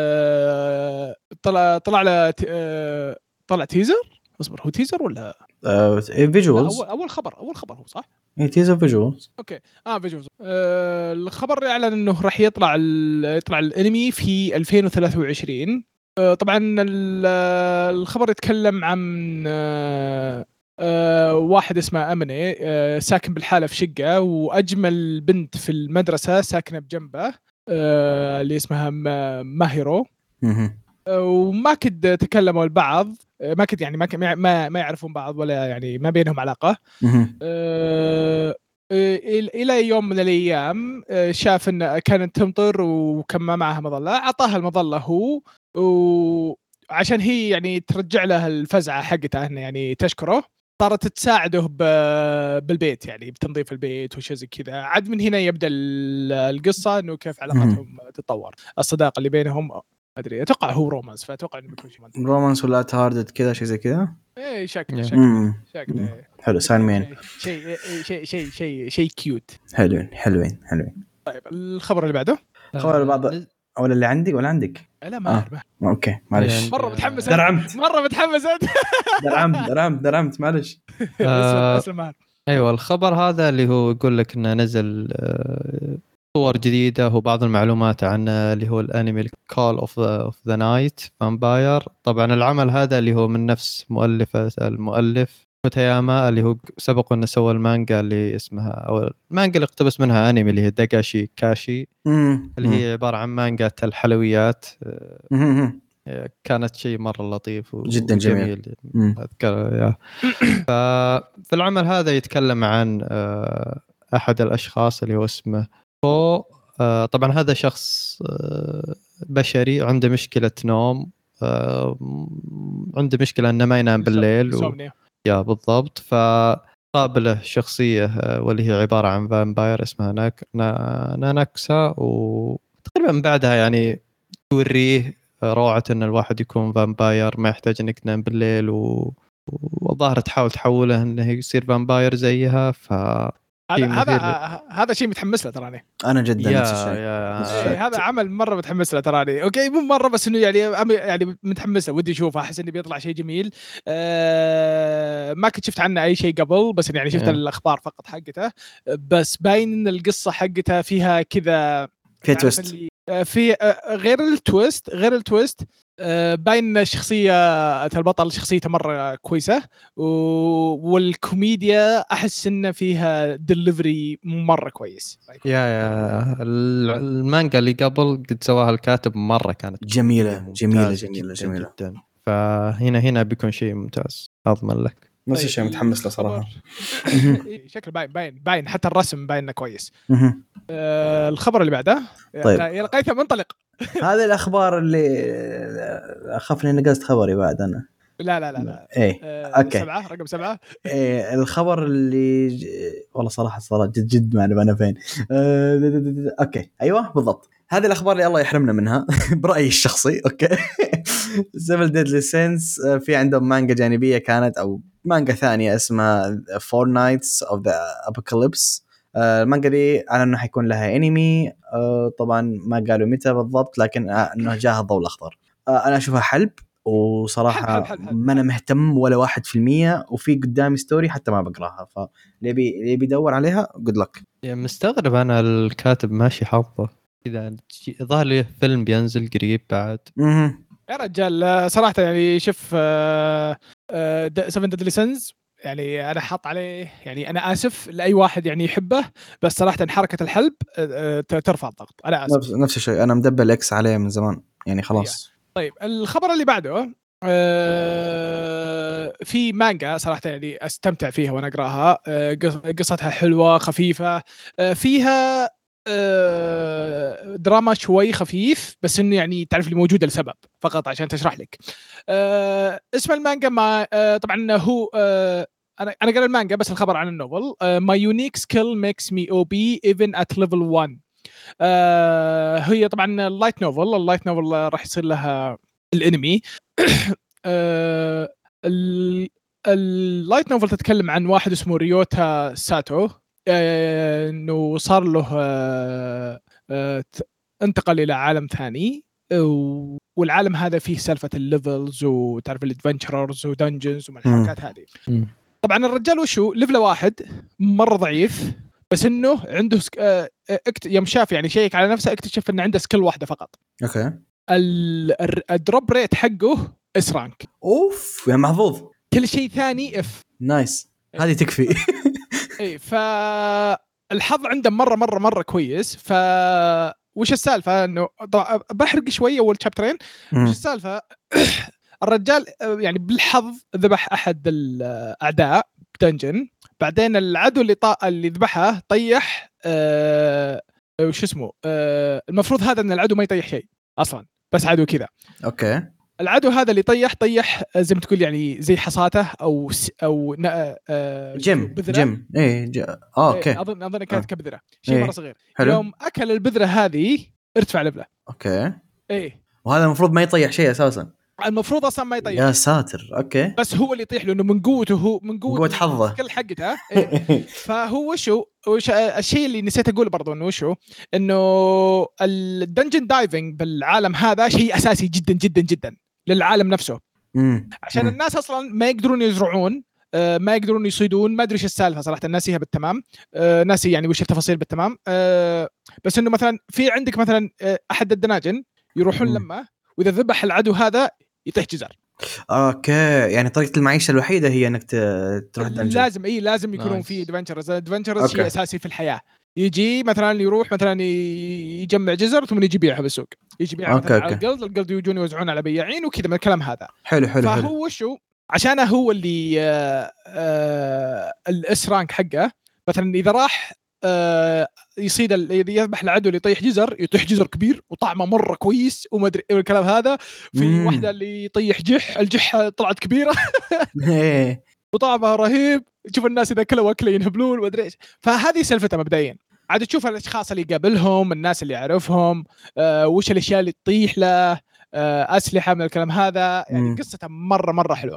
طلع طلع له طلع تيزر. اصبر، هو تيزر ولا آه فيجوالز؟ أول, اول خبر اول خبر هو صح؟ اي تيزر فيجوالز. اوكي اه فيجوالز. آه الخبر اعلن انه راح يطلع يطلع الانمي في ألفين وثلاثة وعشرين. آه طبعا الخبر يتكلم عن آه آه واحد اسمه أمني آه ساكن بالحالة في شقة، واجمل بنت في المدرسة ساكنة بجنبه آه اللي اسمها ماهيرو. وما كد تكلموا البعض، ما كد يعني ما ما ما يعرفون بعض ولا يعني ما بينهم علاقة. أه إلى يوم من الأيام شاف إن كانت تمطر وكان ما معها مظلة، عطاها المظلة هو، وعشان هي يعني ترجع له الفزعة حقته إنه يعني تشكره، صارت تساعده بالبيت يعني بتنظيف البيت وشيء زي كذا. عاد من هنا يبدأ القصة إنه كيف علاقتهم تتطور، الصداقة اللي بينهم أدري، أتوقع هو رومانس، فأتوقع إنه بيكون شيء منطقي. رومانس ولا تهاردد كذا شيء زي كذا. إيه شكله شكله شكله حلو سالمين. شيء شيء شيء شيء شيء كيوت. حلوين حلوين حلوين. طيب الخبر اللي بعده. الخبر اللي بعده ولا اللي عندي ولا عندك؟ لا ما أعرف. آه. أوكي معلش. مرة متحمس. درعمت. مرة متحمس. درعمت درعمت درعمت معلش. أسلم أسلم. أيوة الخبر هذا اللي هو يقول لك إنه نزل صور جديدة وبعض المعلومات عن اللي هو الأنمي Call of the, of the Night Vampire. طبعا العمل هذا اللي هو من نفس مؤلفة المؤلف كوتاياما اللي هو سبق أنه سوى المانجا اللي اسمها أو المانجا اللي اقتبس منها أنمي اللي هي داكاشي كاشي اللي هي عبارة عن مانجا الحلويات. كانت شيء مرة لطيف جدا جميل. أذكر. ففي العمل هذا يتكلم عن أحد الأشخاص اللي هو اسمه هو طبعا هذا شخص بشري عنده مشكلة نوم، عنده مشكلة أنه ما ينام بالليل و... يا بالضبط. فقابله شخصية واللي هي عبارة عن فامباير اسمها ناك... ناناكسا، وتقريبا من بعدها يعني توريه روعة أن الواحد يكون فامباير ما يحتاج أنك تنام بالليل، و... وظاهر تحاول تحوله أنه يصير فامباير زيها. ف هذا هذا هذا شيء متحمس له تراني. انا جدا يا نفس الشيء. إيه هذا عمل مره متحمس له تراني. اوكي مو مره بس انه يعني يعني متحمس له، ودي اشوفه، احس انه بيطلع شيء جميل. أه ما كنت شفت عنه اي شيء قبل، بس يعني شفت الاخبار فقط حقته، بس باين ان القصه حقته فيها كذا فيها تويست. في غير التويست غير التويست باين الشخصية البطل شخصيته مرة كويسة والكوميديا أحس إن فيها ديليفري مرة كويس. يا يا المانجا اللي قبل قد سواها الكاتب مرة كانت جميلة جميلة جدا جميلة جميلة جدا. فهنا هنا بيكون شيء ممتاز أضمن لك. نفس الشيء متحمس له صراحة. شكله باين باين باين حتى الرسم باينه كويس. آه الخبر اللي بعده طيب يا لقيته منطلق. هذه الأخبار اللي أخافني نقصت خبري بعد أنا. لا لا لا لا إيه آه أوكي سبعة رقم سبعة. إيه الخبر اللي ج... والله صراحة صراحة جد جد ما أنا فين. أه... أوكي أيوة بالضبط هذه الأخبار اللي الله يحرمنا منها برأيي الشخصي. أوكي سيفل ديدلي سينس في عندهم مانجا جانبية كانت أو مانجا ثانية اسمها فور نايتس أوف ذا أبوكاليبس. المانجا دي على أنه حيكون لها أنمي. أه طبعا ما قالوا متى بالضبط لكن أنه جاها الضوء الأخضر. أه أنا أشوفها حلب وصراحة حل حل حل ما أنا مهتم ولا واحد في المية وفي قدامي ستوري حتى ما بقراها فاللي بي اللي بيدور عليها good luck. يعني مستغرب أنا الكاتب ماشي حاطه إذا ظهر لي فيلم بينزل قريب بعد. اها يا رجال صراحة يعني شوف سيفن ديدلي سينز يعني أنا حاط عليه يعني أنا آسف لأي واحد يعني يحبه بس صراحة حركة الحلب ترفع الضغط. أنا آسف. نفس نفس الشيء أنا مدبل إكس عليه من زمان يعني خلاص. طيب الخبر اللي بعده أه في مانجا صراحة يعني أستمتع فيها وأنا أقرأها. أه قصتها حلوة خفيفة. أه فيها أه دراما شوي خفيف بس إنه يعني تعرف اللي موجودة لسبب فقط عشان تشرح لك. أه اسم المانجا ما أه طبعا هو أه أنا أنا قرأ المانجا بس الخبر عن النوفل. أه My unique skill makes me O B even at level one. أه هي طبعا اللايت نوفل. اللايت نوفل راح يصير لها الانمي. آه اللايت نوفل تتكلم عن واحد اسمه ريوتا ساتو. آه انه صار له آه آه انتقل الى عالم ثاني والعالم هذا فيه سالفه الليفلز وتعرف الادفنتشرز ودنجنز ومن الحركات هذه. طبعا الرجال وشو ليفله واحد مره ضعيف بس انه عنده سك... آه اكت... يوم شاف يعني شيك على نفسه اكتشف انه عنده سكيل واحده فقط. اوكي الدروب ريت حقه اس رانك. اوف يا محظوظ. كل شيء ثاني اف. نايس هذه تكفي. اي فالحظ عنده مره مره مره كويس. ف وش السالفه انه بحرق شويه اول شابترين. وش السالفه الرجال يعني بالحظ ذبح احد الاعداء بدنجن بعدين العدو اللي طا... اللي ذبحه طيح أه... وش اسمه أه... المفروض هذا ان العدو ما يطيح شيء اصلا بس عدو كذا. اوكي العدو هذا اللي طيح طيح زي ما تقول يعني زي حصاته او س... او ن... أه... جيم جيم ايه ج... اه اوكي إيه اظن اظن كانت آه. كبذره شيء إيه. مره صغير. حلو. يوم اكل البذره هذه ارتفع ليفله. اوكي ايه وهذا المفروض ما يطيح شيء اساسا. المفروض اصلا ما يطيح. يا ساتر اوكي بس هو اللي يطيح لانه من قوته هو من قوه قوه حظه كل حقته. إيه. فهو وشو وش الشيء اللي نسيت اقوله برضو انه وشو انه الدنجن دايفنج بالعالم هذا شيء اساسي جدا جدا جدا للعالم نفسه. مم. عشان مم. الناس اصلا ما يقدرون يزرعون ما يقدرون يصيدون ما ادري ايش السالفه صراحه ناسيها بالتمام. ناسي يعني وش التفاصيل بالتمام. بس انه مثلا في عندك مثلا احد الدناجن يروحون مم. لما واذا ذبح العدو هذا يطيح جزر. اوكي يعني طريقه المعيشه الوحيده هي انك تروح دنجن. لازم اي لازم يكونون في ادفنتشرز. ادفنتشرز شيء اساسي في الحياه. يجي مثلا يروح مثلا يجمع جزر ثم يجي يبيعها بالسوق يجي يبيعها مثلا على الجلد الجلد يجون يوزعون على بياعين وكذا من الكلام هذا. حلو حلو فهو حلو. شو عشانه هو اللي آه آه الاس رانك حقه مثلا اذا راح آه يصيد اذا يذبح العدو اللي يطيح جزر يطيح جزر كبير وطعمه مره كويس وما ادري الكلام هذا. في مم. واحده اللي يطيح جح الجح طلعت كبيره وطعمها رهيب. تشوف الناس اذا كلوا اكله ينهبلون وادري ايش. فهذه سالفتها مبدئيا. عاد تشوف الاشخاص اللي قابلهم الناس اللي يعرفهم آه وش الاشياء اللي تطيح له آه اسلحه من الكلام هذا يعني قصتها مره مره حلوه.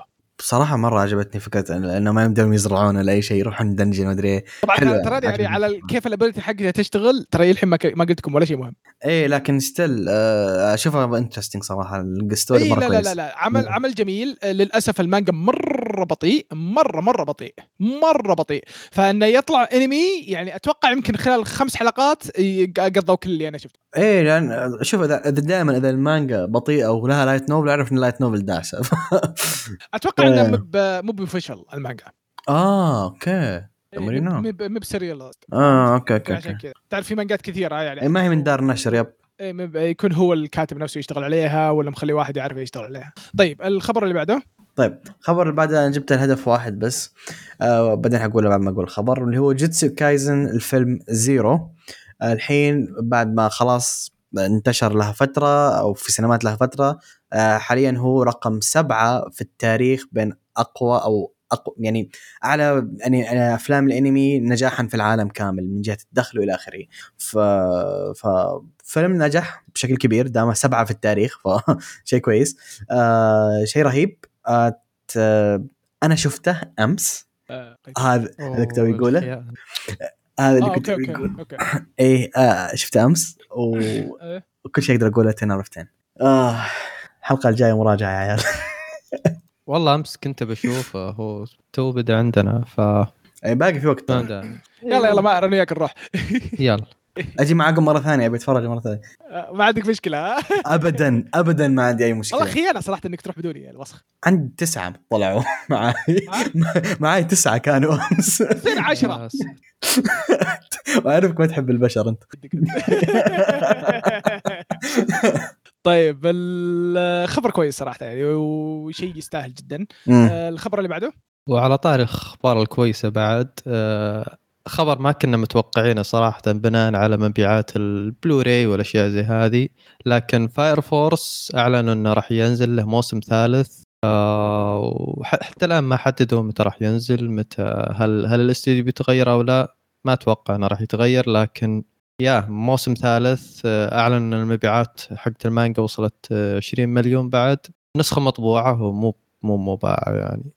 بصراحه مره عجبتني فكره انه ما يمدون يزرعون ولا اي شيء، يروحون دنجن ما ادري. طبعا ترى يعني على كيف الابيلتي حقتها تشتغل، ترى الحين ما ما قلت لكم ولا شيء مهم. ايه لكن ستيل اشوفها انترستينج صراحه، الستوري مره لا كويس. لا لا لا عمل مم. عمل جميل. للاسف المانجا مره بطيء مره مره بطيء مره بطيء، فانه يطلع انمي يعني اتوقع يمكن خلال خمس حلقات قضوا كل اللي انا شفته. ايه لان شوف اذا دائما اذا المانجا بطيئه ولها لايت نوفل اعرف ان لايت نوفل داعسه. اتوقع انه مو مو بفشل المانجا. اه اوكي مو مو بسريال. اه اوكي اوكي, عشان كذا تعرف في مانجات كثيره يعني ما هي من دار نشر. يب يكون هو الكاتب نفسه يشتغل عليها ولا مخلي واحد يعرف يشتغل عليها. طيب الخبر اللي بعده. طيب الخبر اللي بعده انا جبت الهدف واحد بس، آه بعدين حقوله بعد ما اقول الخبر، اللي هو جيتسو كايزن الفيلم زيرو. آه الحين بعد ما خلاص انتشر لها فترة أو في سينمات لها فترة، آه حاليا هو رقم سبعة في التاريخ بين أقوى أو أقوى يعني أعلى يعني أفلام الأنمي نجاحا في العالم كامل من جهة الدخل وإلى آخره. ف ففيلم نجح بشكل كبير، دامه سبعة في التاريخ فشيء كويس، آه شيء رهيب. آه أنا شفته أمس. هذا هذا كتاب يقوله هذا اللي كنت أقول. إيه آه شفته أمس و... وكل شيء أقدر أقوله تين عرفتين. آه الحلقة الجاية مراجعة يا عيال. والله أمس كنت بشوفه، هو تو بدأ عندنا ف أي باقي في وقت. يلا يلا ما أرى وياك نروح. يلا أجي معاكم مرة ثانية، أبي أتفرج مرة ثانية. ما عندك مشكلة؟ أبدا أبدا ما عندي أي مشكلة. والله خيانة صراحة إنك تروح بدوني الوسخ. عندي تسعة طلعوا معاي معاي تسعة كانوا أمس. صير عشرة. وأعرفك ما تحب البشر أنت. طيب الخبر كويس صراحة يعني وشيء يستاهل جدا. آه الخبر اللي بعده. وعلى طاري الأخبار الكويسة بعد، آه خبر ما كنا متوقعينه صراحة بناء على مبيعات البلوراي والأشياء زي هذه، لكن فاير فورس أعلنوا أنه راح ينزل له موسم ثالث. آه وحتى الآن ما حددوا متى راح ينزل، متى هل هل الاستديو بيتغير أو لا، ما أتوقع أنه راح يتغير، لكن يا موسم ثالث. أعلن أن المبيعات حقت المانجا وصلت عشرين مليون بعد، نسخة مطبوعة ومو مو مباعة يعني.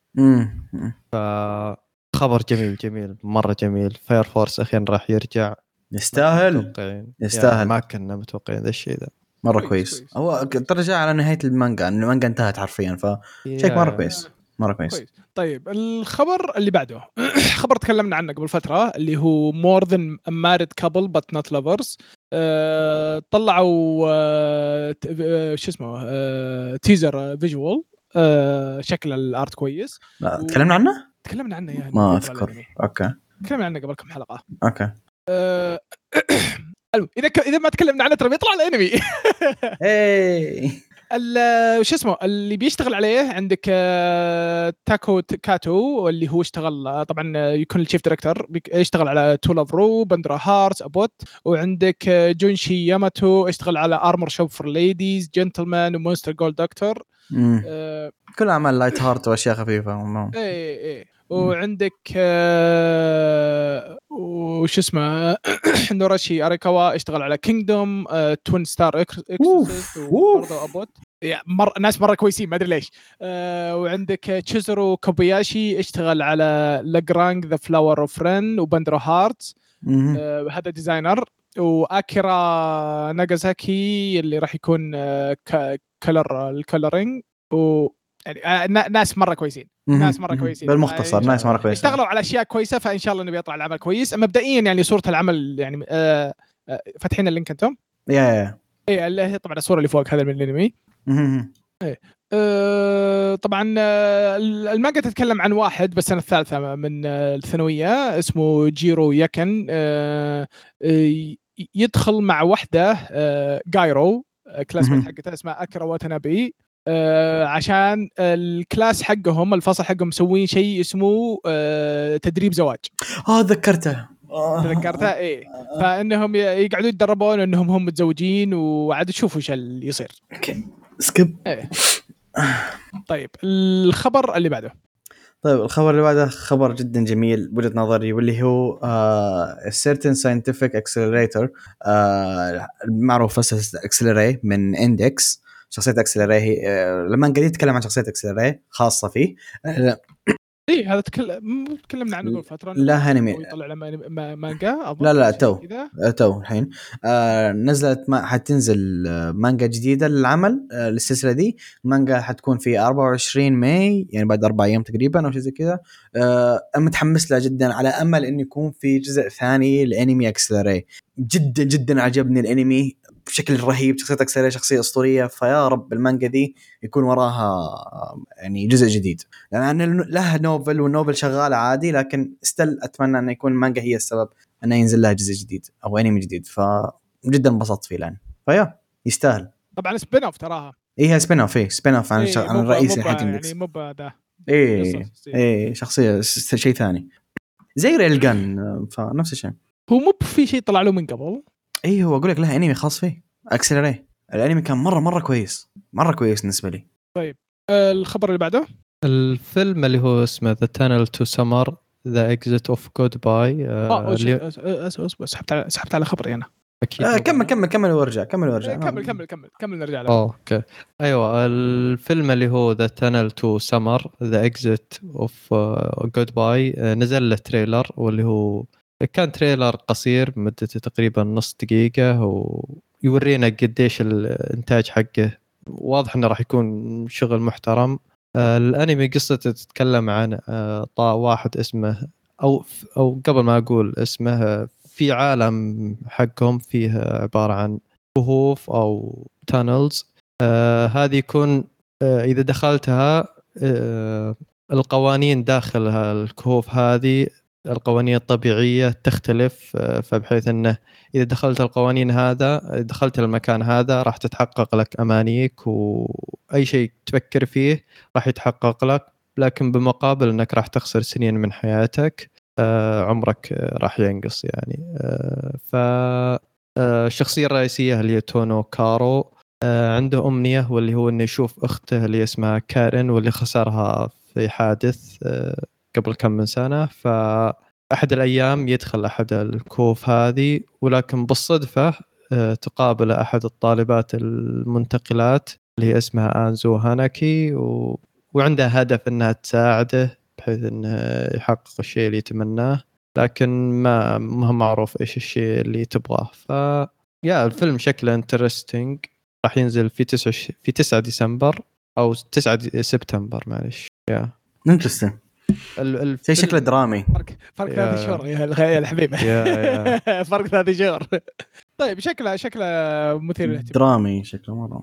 فخبر جميل جميل مرة جميل. فاير فورس أخيرا راح يرجع، يستاهل يستاهل. ما كنا متوقعين ذا الشيء ذا. مرة كويس, كويس. هو ترجع على نهاية المانجا، إن المانجا انتهت حرفيا، فشيء مرة كويس مرة كويس. كويس. طيب الخبر اللي بعده خبر تكلمنا عنه قبل فترة، اللي هو more than a married couple but not lovers. أه طلعوا أه شو اسمه أه تيزر فيجوال، أه شكل الارت كويس. لا و... تكلمنا عنه تكلمنا عنه يعني ما اذكر. اوكي تكلمنا عنه قبل كم حلقة. اوكي أه اذا ك... اذا ما تكلمنا عنه ترى بيطلع الانمي. اي وش اسمه اللي بيشتغل عليه؟ عندك تاكو كاتو اللي هو اشتغل طبعا يكون الشيف دايركتور، يشتغل على تو لاف رو، بندرا هارتس، ابوت. وعندك جونشي ياماتو اشتغل على ارمور شوب فور ليديز، جنتلمان، ومونستر جولد دكتور. أه كل اعمال لايت هارت واشياء خفيفه. اي اي وعندك آه وش اسمه نوراشي أريكاوا اشتغل على كينجدوم، آه توين ستار اكسورسيست، وبرضه ابوت يعني مر... ناس مره كويسين ما ادري ليش. آه وعندك تشيزرو كوبياشي اشتغل على لاجرانج ذا فلاور اوف رين وبندرو هارت، آه هذا ديزاينر. واكيرا ناغازاكي اللي راح يكون آه كلر الكلرينج. و يعني ناس مره كويسين ناس مره كويسين بالمختصر ناس مره كويسين اشتغلوا على اشياء كويسه، فان شاء الله انه بيطلع العمل كويس. مبدئيا يعني صوره العمل يعني آه آه فاتحين اللينك انتم يا يا اي اللي هي طبعا الصوره اللي فوق هذا من الانمي. ايه آه طبعا آه المانجا تتكلم عن واحد بالسنه الثالثه من آه الثانويه اسمه جيرو ياكن، آه يدخل مع وحده آه جايرو، كلاسميت حقتها اسمها اكيرا واتانابي، آه عشان الكلاس حقهم الفصل حقهم مسوين شيء اسمه آه تدريب زواج. اه ذكرته تذكرته ايه. فانهم يقعدوا يتدربون انهم هم متزوجين، وعاد تشوفوا ايش اللي يصير. اوكي سكيب. ايه. طيب الخبر اللي بعده. طيب الخبر اللي بعده خبر جدا جميل بوجهة نظري، واللي هو uh, certain scientific accelerator uh, معروف Accelerate من Index. شخصيه اكسلري هي لما قاعد يتكلم عن شخصيه اكسلري خاصه فيه. ايه هذا تكلم تكلمنا عنه قبل فتره. لا انمي يطلع لما مانجا لا لا تو تو الحين آه نزلت ما حتنزل مانجا جديده للعمل آه للسلسله دي. مانجا حتكون في أربعة وعشرين ماي يعني بعد أربع ايام تقريبا او شيء زي كذا. آه متحمس له جدا على امل انه يكون في جزء ثاني لانمي اكسلري. جدا جدا عجبني الانمي بشكل رهيب. شخصيه اكسلري شخصيه اسطوريه فيا رب المانجا دي يكون وراها يعني جزء جديد لان يعني لها نوفل والنوفل شغاله عادي لكن استل اتمنى ان يكون المانجا هي السبب انه ينزل لها جزء جديد او انمي جديد. فجدا انبسطت فيه الان فيا يستاهل. طبعا سبين اوف تراها ايه سبين اوف ايه سبين اوف عن إيه عن الرئيسي حق يعني مو بدا ايه ايه شخصيه شيء ثاني زي ريلغان فنفس الشيء. هو مو في شيء طلع له من قبل. ايه هو اقول لك لها انمي خاص فيه اكسلري. الانمي كان مره مره كويس مره كويس بالنسبه لي. طيب آه الخبر اللي بعده الفيلم اللي هو اسمه The Tunnel to Summer The Exit of Goodbye. اه اللي... سحبت على سحبت على خبري انا. اكيد آه كمل كمل كمل وارجع كمل وارجع إيه كمل كمل كمل كمل نرجع له. اوكي ايوه الفيلم اللي هو The Tunnel to Summer The Exit of Goodbye نزل له تريلر واللي هو كان تريلر قصير مدته تقريبا نص دقيقة ويورينا قديش الانتاج حقه. واضح انه راح يكون شغل محترم. الانمي قصته تتكلم عن طا واحد اسمه او او قبل ما اقول اسمه في عالم حقهم فيه عبارة عن كهوف او تانلز. آه هذه يكون آه اذا دخلتها آه القوانين داخل الكهوف هذه القوانين الطبيعية تختلف. آه فبحيث انه اذا دخلت القوانين هذا دخلت المكان هذا راح تتحقق لك امانيك واي شيء تفكر فيه راح يتحقق لك لكن بمقابل انك راح تخسر سنين من حياتك. آه عمرك آه راح ينقص يعني. آه ف الشخصية الرئيسية اللي هي تونو كارو آه عنده أمنية واللي هو إنه يشوف أخته اللي اسمها كارين واللي خسرها في حادث آه قبل كم من سنة. فأحد الأيام يدخل أحد الكهوف هذه ولكن بالصدفة آه تقابل أحد الطالبات المنتقلات اللي هي اسمها آنزو هاناكي و... وعندها هدف إنها تساعده بحيث إنه يحقق الشيء اللي يتمناه لكن ما ما معروف إيش الشيء اللي تبغاه. ف يا الفيلم شكله انترستينج. راح ينزل في تسعة في تسعة ديسمبر أو تسعة سبتمبر معلش. يا انترستينج شيء شكله درامي. فرق فرق ثلاث شهور يا الحبيبة. فرق ثلاث شهور. طيب شكله شكله مثير للاهتمام درامي شكله مرة.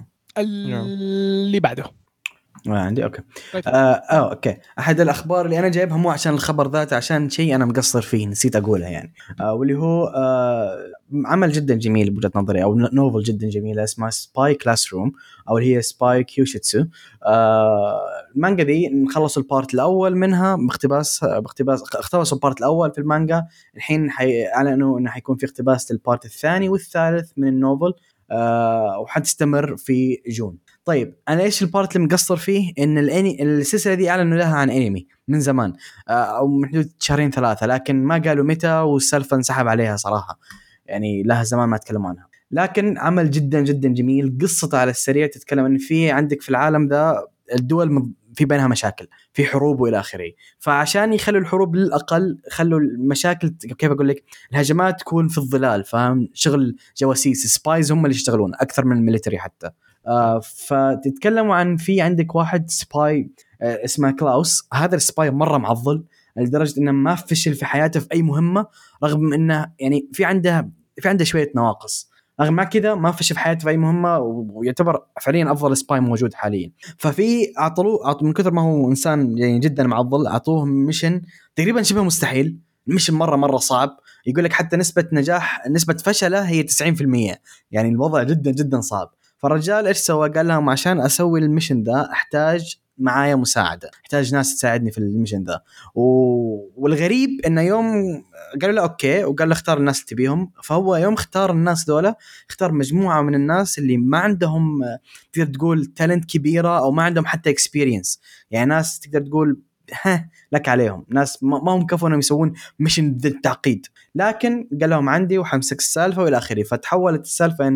اللي بعده ما عندي اوكي آه, اه اوكي احد الاخبار اللي انا جايبها مو عشان الخبر ذاته عشان شيء انا مقصر فيه نسيت اقولها يعني آه واللي هو آه عمل جدا جميل بوجهة نظري او نوفل جدا جميله اسمها سباي كلاس روم او اللي هي سباي كيوشيتسو. آه المانجا دي نخلصوا البارت الاول منها باقتباس باقتباس اختبسوا البارت الاول في المانجا. الحين حيعلنوا انه حيكون في اقتباس للبارت الثاني والثالث من النوفل آه وحتستمر في جون. طيب انا ايش البارت اللي مقصر فيه ان الاني السلسله دي اعلنوا لها عن انمي من زمان او من حدود شهرين ثلاثه لكن ما قالوا متى والسالفه انسحب عليها صراحه يعني لها زمان ما تكلموا عنها. لكن عمل جدا جدا جميل. قصته على السريع تتكلم ان في عندك في العالم ذا الدول في بينها مشاكل في حروب والى اخره. فعشان يخلوا الحروب للاقل خلوا المشاكل كيف اقول لك الهجمات تكون في الظلال. فاهم شغل جواسيس سبايز هم اللي يشتغلون اكثر من الميليتري حتى. آه فتتكلموا عن في عندك واحد سباي آه اسمه كلاوس. هذا السباي مرة معضل لدرجة انه ما فشل في حياته في اي مهمة رغم انه يعني في عنده في عنده شوية نواقص. رغم ما كذا ما فشل في حياته في اي مهمة ويعتبر فعليا افضل سباي موجود حاليا. ففي اعطوه اعطوا من كثر ما هو انسان يعني جدا معضل اعطوه ميشن تقريبا شبه مستحيل. الميشن مرة مرة صعب. يقول لك حتى نسبة نجاح نسبة فشله هي تسعين بالمية يعني الوضع جدا جدا صعب. فالرجال إيش سوى؟ قال لهم عشان أسوي الميشن ذا أحتاج معايا مساعدة أحتاج ناس تساعدني في الميشن ذا و... والغريب إنه يوم قالوا له أوكي وقال له اختار الناس اللي تبيهم. فهو يوم اختار الناس دولة اختار مجموعة من الناس اللي ما عندهم تقدر تقول تالنت كبيرة أو ما عندهم حتى اكسبيرينس يعني ناس تقدر تقول ها لك عليهم ناس ما هم كفوا انهم يسوون ميشن ذي التعقيد. لكن قال لهم عندي وحمسك السالفه والى اخره. فتحولت السالفه ان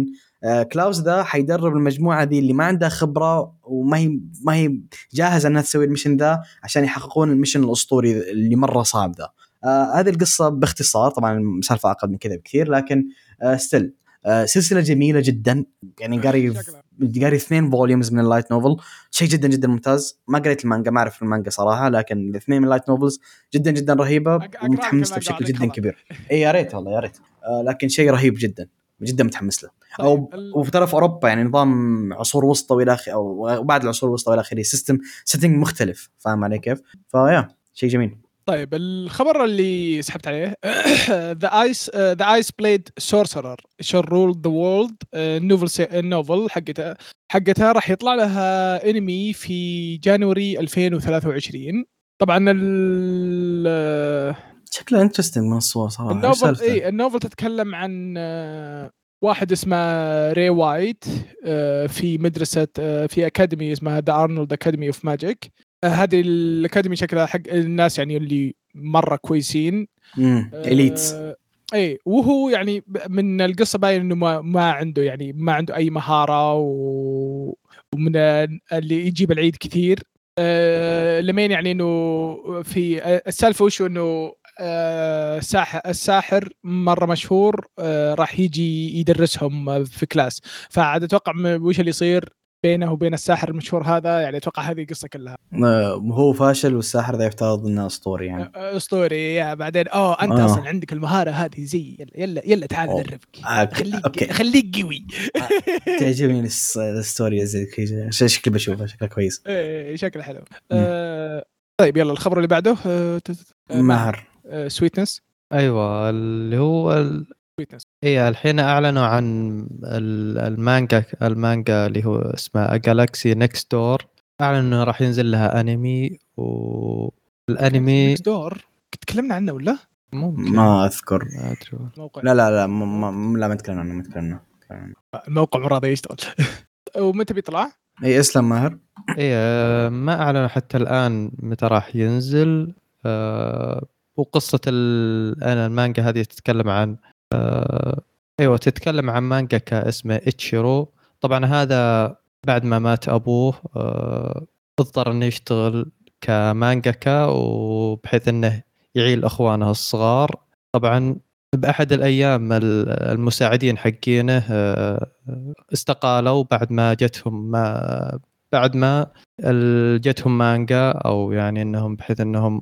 آه كلاوس ده حيدرب المجموعه دي اللي ما عندها خبره وما هي ما هي جاهزه انها تسوي الميشن ده عشان يحققون الميشن الاسطوري اللي مره صعب ده. آه هذه القصه باختصار، طبعا المسالفه اعقد من كذا بكثير، لكن آه ستيل آه سلسله جميله جدا. يعني قاري قاري اثنين فوليومز من اللايت نوفل، شيء جدا جدا ممتاز. ما قريت المانجا، ما اعرف المانجا صراحه، لكن الاثنين من اللايت نوفلز جدا جدا رهيبه ومتحمس له بشكل جدا كبير. اي يا ريت والله يا ريت. آه لكن شيء رهيب جدا جدا متحمس له. او وترى في اوروبا يعني نظام عصور وسطى والى اخره، او بعد العصور الوسطى والى اخره، سيستم سيتنج مختلف، فاهم علي كيف؟ فيا شيء جميل. طيب الخبر اللي سحبت عليه The Ice uh, The Ice Blade Sorcerer Shall Rule the World نوفل النوفل حقتها حقتها راح يطلع لها انمي في جانوري ألفين وثلاثة وعشرين. طبعا ال شكله انترستنج من الصور صراحه. النوفل اي النوفل تتكلم عن واحد اسمه ري وايت في مدرسه في اكاديمي اسمها ذا ارنولد اكاديمي اوف ماجيك. هذه الاكاديمي شكلها حق الناس يعني اللي مره كويسين، امم اليتس. آه اي وهو يعني من القصه باين انه ما, ما عنده يعني ما عنده اي مهاره و... ومن اللي يجيب العيد كثير. آه لمين يعني انه في السالفه وشو انه آه ساحر الساحر مره مشهور آه راح يجي يدرسهم في كلاس، فعاد اتوقع وش اللي يصير بينه وبين الساحر المشهور هذا. يعني اتوقع هذه القصه كلها. هو فاشل والساحر ذا يفترض انه اسطوري يعني اسطوري. يا بعدين اه انت آه. اصلا عندك المهاره هذه زي يلا يلا, يلا تعال ندربك آه. خليك خليك قوي. آه. تعجبني الستوري زي كذا، شكله بشوفه شكله كويس. ايه شكله حلو. آه طيب يلا الخبر اللي بعده آه مهر آه سويتنس. ايوه اللي هو ال... ايه الحين اعلنوا عن المانجا المانجا اللي هو اسمه جالاكسي نيكست دور. اعلنوا انه راح ينزل لها انمي، والانمي نيكست دور تكلمنا عنه ولا ممكن ما اذكر. ما ادري. لا لا لا ما لا ما تكلمنا عنه ما تكلمنا. الموقع راضي يشتغل. ومتى بيطلع؟ اي اسلم ماهر. ايه ما اعلنوا حتى الان متى راح ينزل. أه وقصه انا المانجا هذه تتكلم عن أه ايوه تتكلم عن مانجا اسمه اتشيرو. طبعا هذا بعد ما مات ابوه أه اضطر انه يشتغل كمانجاكا وبحيث انه يعيل اخوانه الصغار. طبعا بأحد الأيام المساعدين حقينه استقالوا بعد ما جتهم ما بعد ما جتهم مانجا، أو يعني أنهم بحيث أنهم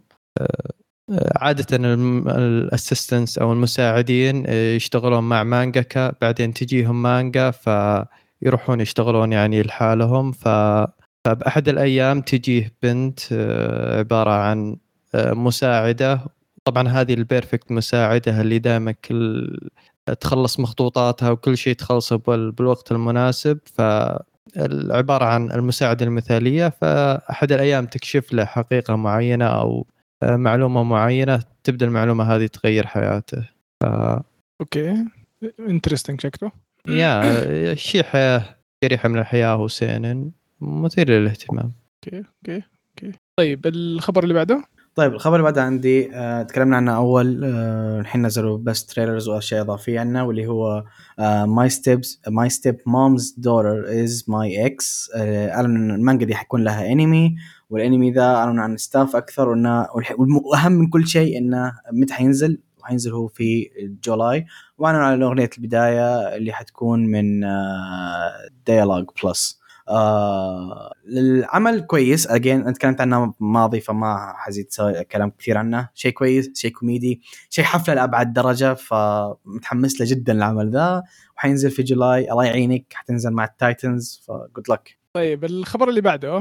عادة الأسيستنس أو المساعدين يشتغلون مع مانجاكا، بعدين تجيهم مانجا فيروحون يشتغلون يعني لحالهم. فبأحد الأيام تجيه بنت عبارة عن مساعدة. طبعا هذه البيرفكت مساعدة اللي دائما كل تخلص مخطوطاتها وكل شيء تخلصه بالوقت المناسب، فالعبارة عن المساعدة المثالية. فأحد الأيام تكشف له حقيقة معينة أو معلومة معينة، تبدأ المعلومة هذه تغير حياته. ف... أوكي انترستينج شكله. يا شيء حياة شريحة من الحياة وسينن مثير للاهتمام. أوكي أوكي أوكي طيب الخبر اللي بعده. طيب الخبر اللي بعده عندي آه، تكلمنا عنه أول الحين آه، نزلوا بس تريلرز وأشياء إضافية عنه، واللي هو ماي ستيبس ماي ستيب مامز دورر إز ماي إكس. أعلن المانجا دي حيكون لها أنمي، والأنمي ذا أعلن عن ستاف أكثر، وإنه والأهم من كل شيء إنه متى حينزل. حينزل هو في جولاي، وأعلن عن أغنية البداية اللي حتكون من ديالوج بلس. آه العمل كويس. أجين أنا تكلمت عنه ماضي فما حزيد كلام كثير عنه. شيء كويس، شيء كوميدي، شيء حفلة لأبعد درجة، فمتحمس له جدا العمل ذا، وحينزل في جولاي. الله يعينك حتنزل مع التايتنز، فجود لك. طيب الخبر اللي بعده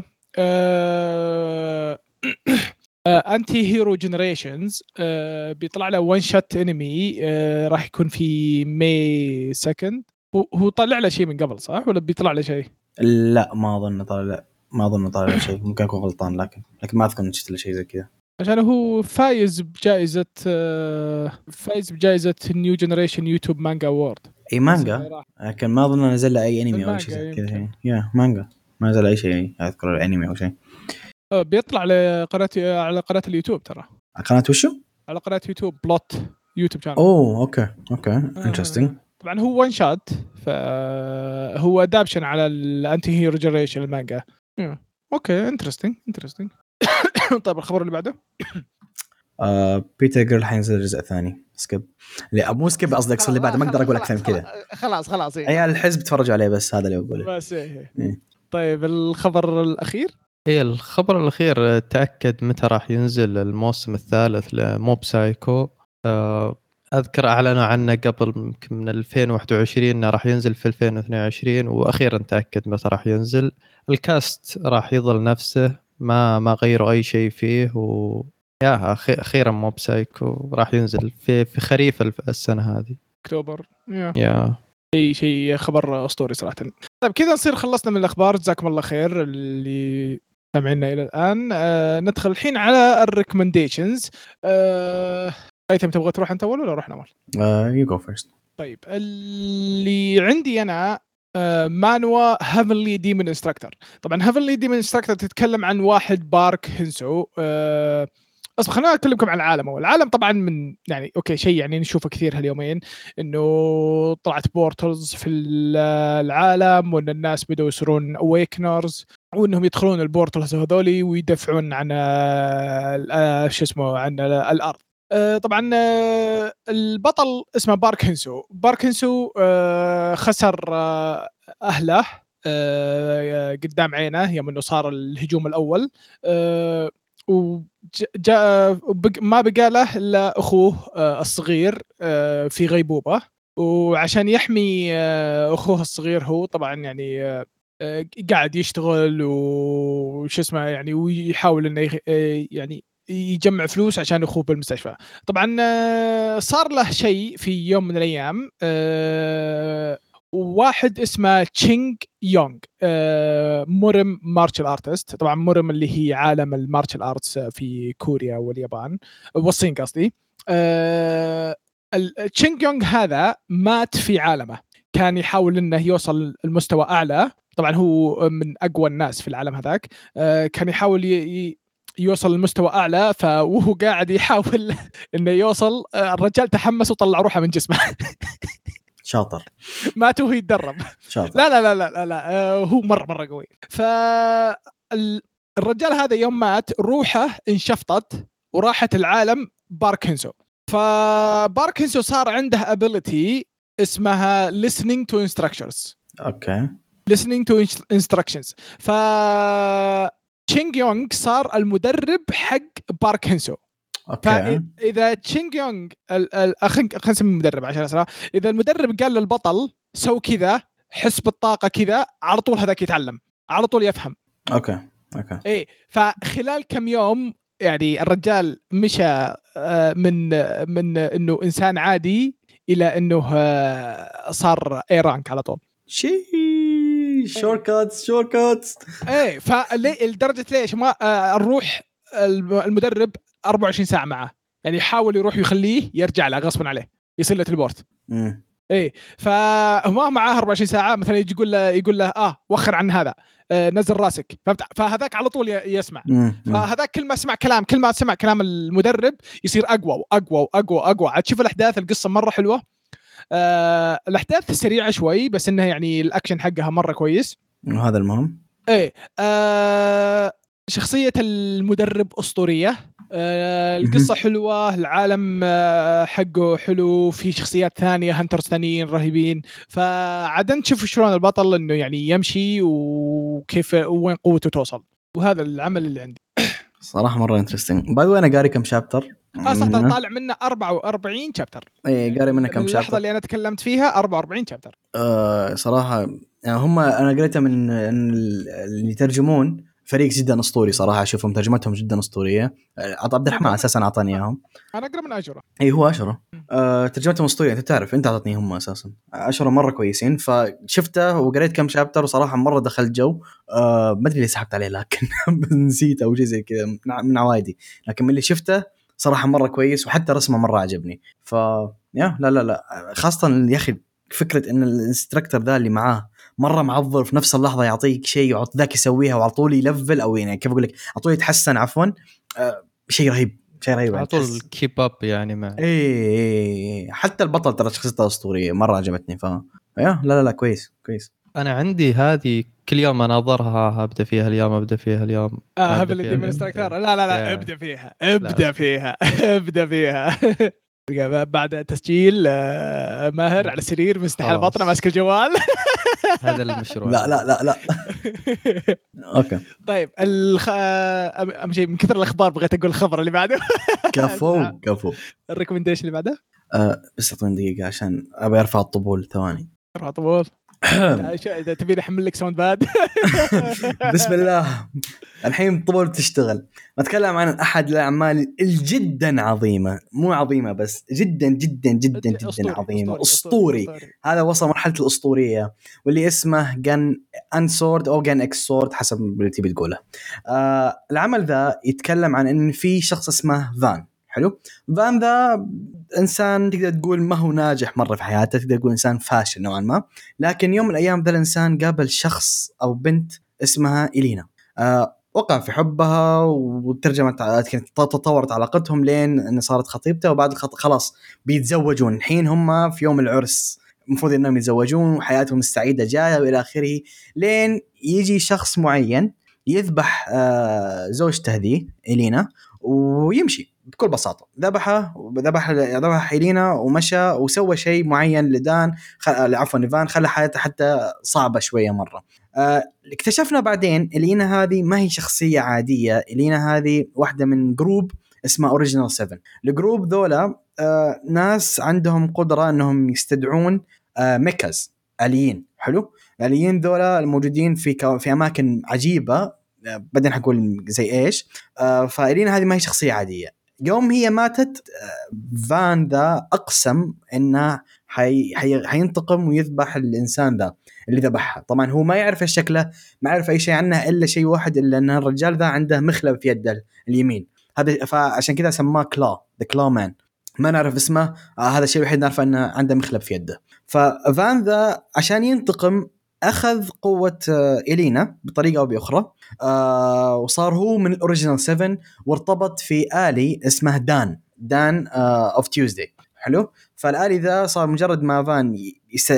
أه... انتي هيرو جنريشنز بيطلع له وان شوت انمي أه راح يكون في ماي سكند. هو طلع له شيء من قبل صح ولا بيطلع له شيء؟ لا ما اظن طالع لا ما اظن طالع شيء. ممكن اكون غلطان، لكن لكن ما اذكر ان شفت له شيء زي كذا. عشان هو فايز بجائزه فايز بجائزه نيو جنريشن يوتيوب مانجا اوورد. اي مانجا، لكن ما اظن نزل له اي انمي او شيء زي كذا. يا مانجا ما نزل اي شيء اذكر الانمي او شيء. بيطلع على قناه على قناه اليوتيوب. ترى قناه وشو؟ على قناه يوتيوب بلوت يوتيوب شانل. اوه اوكي اوكي انترستينج. طبعا هو وان شات، فهو ادابشن على الانتي هيرو جنريشن المانجا. اوكي انترستينج انترستينج. طيب الخبر اللي بعده آه بيتر جيرل حينزل جزء ثاني. سكيب، لا مو سكيب قصدك اللي بعد، ما اقدر اقول اكثر من كذا. خلاص خلاص إيه. عيال الحزب تفرجوا عليه بس، هذا اللي بقوله بس إيه. إيه. طيب الخبر الاخير، هي الخبر الأخير تأكد متى راح ينزل الموسم الثالث لموب سايكو. أذكر أعلنوا عنه قبل من ألفين وواحد وعشرين إنه راح ينزل في ألفين واثنين وعشرين، وأخيرا تأكد متى راح ينزل. الكاست راح يظل نفسه، ما ما غيروا أي شيء فيه، و يا أخيرا موب سايكو راح ينزل في في خريف السنة هذه اكتوبر. يا يا اي شيء خبر اسطوري صراحه. طيب كذا نصير خلصنا من الاخبار، جزاكم الله خير اللي سمعنا الى الان. آه ندخل الحين على الريكومنديشنز. آه ايتم تبغى تروح انت اول ولا رحنا اول؟ يو جو فيرست. طيب اللي عندي انا آه مانوا هافنلي ديمون انستراكتور. طبعا هافنلي ديمون انستراكتور تتكلم عن واحد بارك هنسو. آه اصلا خلينا اكلمكم عن العالم. هو العالم طبعا من يعني اوكي شيء يعني نشوفه كثير هاليومين، انه طلعت بورتلز في العالم، وان الناس بدوا يصيرون اويكنرز، وانهم يدخلون البورتلز هذولي ويدفعون عن شو اسمه عن الارض. طبعا البطل اسمه بارك هنسو. بارك هنسو خسر اهله قدام عينه يوم انه صار الهجوم الاول، وجاء ما بقى له الا اخوه الصغير في غيبوبه، وعشان يحمي اخوه الصغير هو طبعا يعني قاعد يشتغل وش اسمه يعني، ويحاول انه يعني يجمع فلوس عشان اخوه بالمستشفى. طبعا صار له شيء في يوم من الايام، واحد اسمه تشينغ يونغ، مورم مارشال ارتست. طبعا مورم اللي هي عالم المارشال ارتس في كوريا واليابان والصين قصدي. تشينغ يونغ هذا مات في عالمه، كان يحاول انه يوصل المستوى اعلى. طبعا هو من اقوى الناس في العالم هذاك، كان يحاول ي... يوصل لمستوى اعلى، فوهو قاعد يحاول انه يوصل الرجال تحمس وطلع روحه من جسمه. شاطر. مات وهو يتدرب. شاطر. لا لا لا لا لا, لا. هو مره مره قوي. فالرجال هذا يوم مات روحه انشفطت وراحت العالم بارك هنسو. فبارك هنسو صار عنده ابيليتي اسمها listening to instructions. اوكي. listening to instructions. ف تشينغ يونغ صار المدرب حق بارك هنسو. اوكي. فاذا تشينغ يونغ خلينا نسميه المدرب عشان اسرع، اذا المدرب قال للبطل سو كذا، حس بالطاقه كذا، على طول هذاك يتعلم، على طول يفهم. اوكي اوكي. ايه فخلال كم يوم يعني الرجال مشى من من انه انسان عادي الى انه صار اي رانك على طول. شي شورت كاتس شورت كاتس. ايه فلدرجه ليش ما نروح المدرب أربعة وعشرين ساعه معه، يعني يحاول يروح يخليه يرجع له غصبا عليه، يصير له تلبورت. امم ايه فهو معاه أربعة وعشرين ساعه، مثلا يجي يقول له يقول له اه وخر عن هذا، آه نزل راسك، فهذاك على طول يسمع. فهذاك كل ما سمع كلام كل ما سمع كلام المدرب يصير اقوى واقوى واقوى واقوى. عاد تشوف الاحداث، القصه مره حلوه. آه الاحداث سريعه شوي بس انها يعني الاكشن حقها مره كويس، وهذا المهم. ايه آه شخصيه المدرب اسطوريه. آه القصه حلوه، العالم آه حقه حلو، في شخصيات ثانيه هانترز ثانيين رهيبين. فعدن تشوف شلون البطل انه يعني يمشي وكيف وين قوته توصل، وهذا العمل اللي عندي صراحه مره انترستينج. باي ذا واي انا قاري كم شابتر، اه صح طالع منه أربعة وأربعين شابتر. اي قاري منه كم شابتر. اللحظه اللي انا تكلمت فيها أربعة وأربعين شابتر. آه صراحه يعني هم انا قريتها من اللي يترجمون فريق جدا اسطوري صراحه، اشوفهم ترجمتهم جدا اسطوريه. عبد الرحمن اساسا اعطاني اياهم. انا اقرا من اجره. اي هو اشره. آه ترجمتهم اسطوريه، انت تعرف انت اعطتني هم اساسا اشره مره كويسين. فشفته وقريت كم شابتر وصراحه مره دخلت جو. آه ما ادري ليه سحبت عليه لكن نسيت او شيء زي كذا من عوايدي، لكن من اللي شفته صراحه مره كويس، وحتى رسمه مره عجبني. ف يا لا لا لا خاصه يا اخي فكره ان الانستراكتور ذا اللي معاه مره معضل، في نفس اللحظه يعطيك شيء وعط ذاك يسويها وعلى طول يلفل، او يعني كيف اقول لك على طول يتحسن عفوا. آه شيء رهيب شيء رهيب على طول كيب اب يعني ما ايه حتى البطل ترى شخصيته اسطوريه مره عجبتني. ف يا لا لا لا كويس كويس. انا عندي هذه كل يوم اناظرها، ابدا فيها اليوم ابدا فيها اليوم اه هبل اللي من استراكتر. لا لا لا ابدا فيها ابدا فيها ابدا فيها بعد تسجيل ماهر على السرير مستحيل بطنه ماسك الجوال. هذا المشروع. لا لا لا لا اوكي طيب الخ... اهم شيء من كثر الاخبار بغيت اقول الخبر اللي بعده. كفو كفو. الريكومنديشن اللي بعده أه بس اعطيني دقيقه عشان ابي ارفع الطبول. ثواني ارفع طبول. اذا تبي احمل لك ساوند باد. بسم الله. الحين طبول تشتغل. نتكلم عن احد الاعمال الجدا عظيمه، مو عظيمه بس جدا جدا جدا جدا أسطوري. عظيمه اسطوري, أسطوري. أسطوري. هذا وصل مرحله الاسطوريه واللي اسمه جن انسورد او جن اكس سورد حسب اللي تبي تقوله. آه العمل ذا يتكلم عن ان في شخص اسمه فان. حلو. فان ذا إنسان تقدر تقول ما هو ناجح مرة في حياته، تقدر تقول إنسان فاشل نوعا ما، لكن يوم من الأيام ذا الإنسان قابل شخص أو بنت اسمها إلينا. أه وقع في حبها وترجمت تطورت علاقتهم لين أن صارت خطيبته، وبعد الخط خلاص بيتزوجون. الحين هم في يوم العرس المفروض إنهم يتزوجون وحياتهم السعيدة جاية وإلى آخره، لين يجي شخص معين يذبح أه زوجته ذي إلينا ويمشي بكل بساطة. ذبحه ذبح ذبح إلينا ومشى وسوى شيء معين لدان خ... عفوا نيفان خلى حياته حتى صعبة شوية مرة. آه... اكتشفنا بعدين إلينا هذه ما هي شخصية عادية. إلينا هذه واحدة من جروب اسمه أوريجينال سفن. الجروب ذولا آه... ناس عندهم قدرة أنهم يستدعون آه... ميكاز آليين. حلو. الآليين ذولا الموجودين في ك... في أماكن عجيبة، بعدين حقول زي إيش. آه... فإلينا هذه ما هي شخصية عادية. يوم هي ماتت فان ذا أقسم إنه حي... حي... حينتقم ويذبح الإنسان ذا اللي ذبحها. طبعا هو ما يعرف شكله، ما يعرف أي شيء عنه إلا شيء واحد، إلا أن الرجال ذا عنده مخلب في يده اليمين. هذا فعشان كذا سماه كلا The Claw Man. ما نعرف اسمه. آه هذا الشيء الوحيد نعرفه أنه عنده مخلب في يده. ففان ذا عشان ينتقم أخذ قوة إلينا بطريقة أو بأخرى، آه وصار هو من الأوريجينال سفن وارتبط في آلي اسمه دان دان أوف تيوزداي. حلو. فالآلي ذا صار مجرد ما فان يس...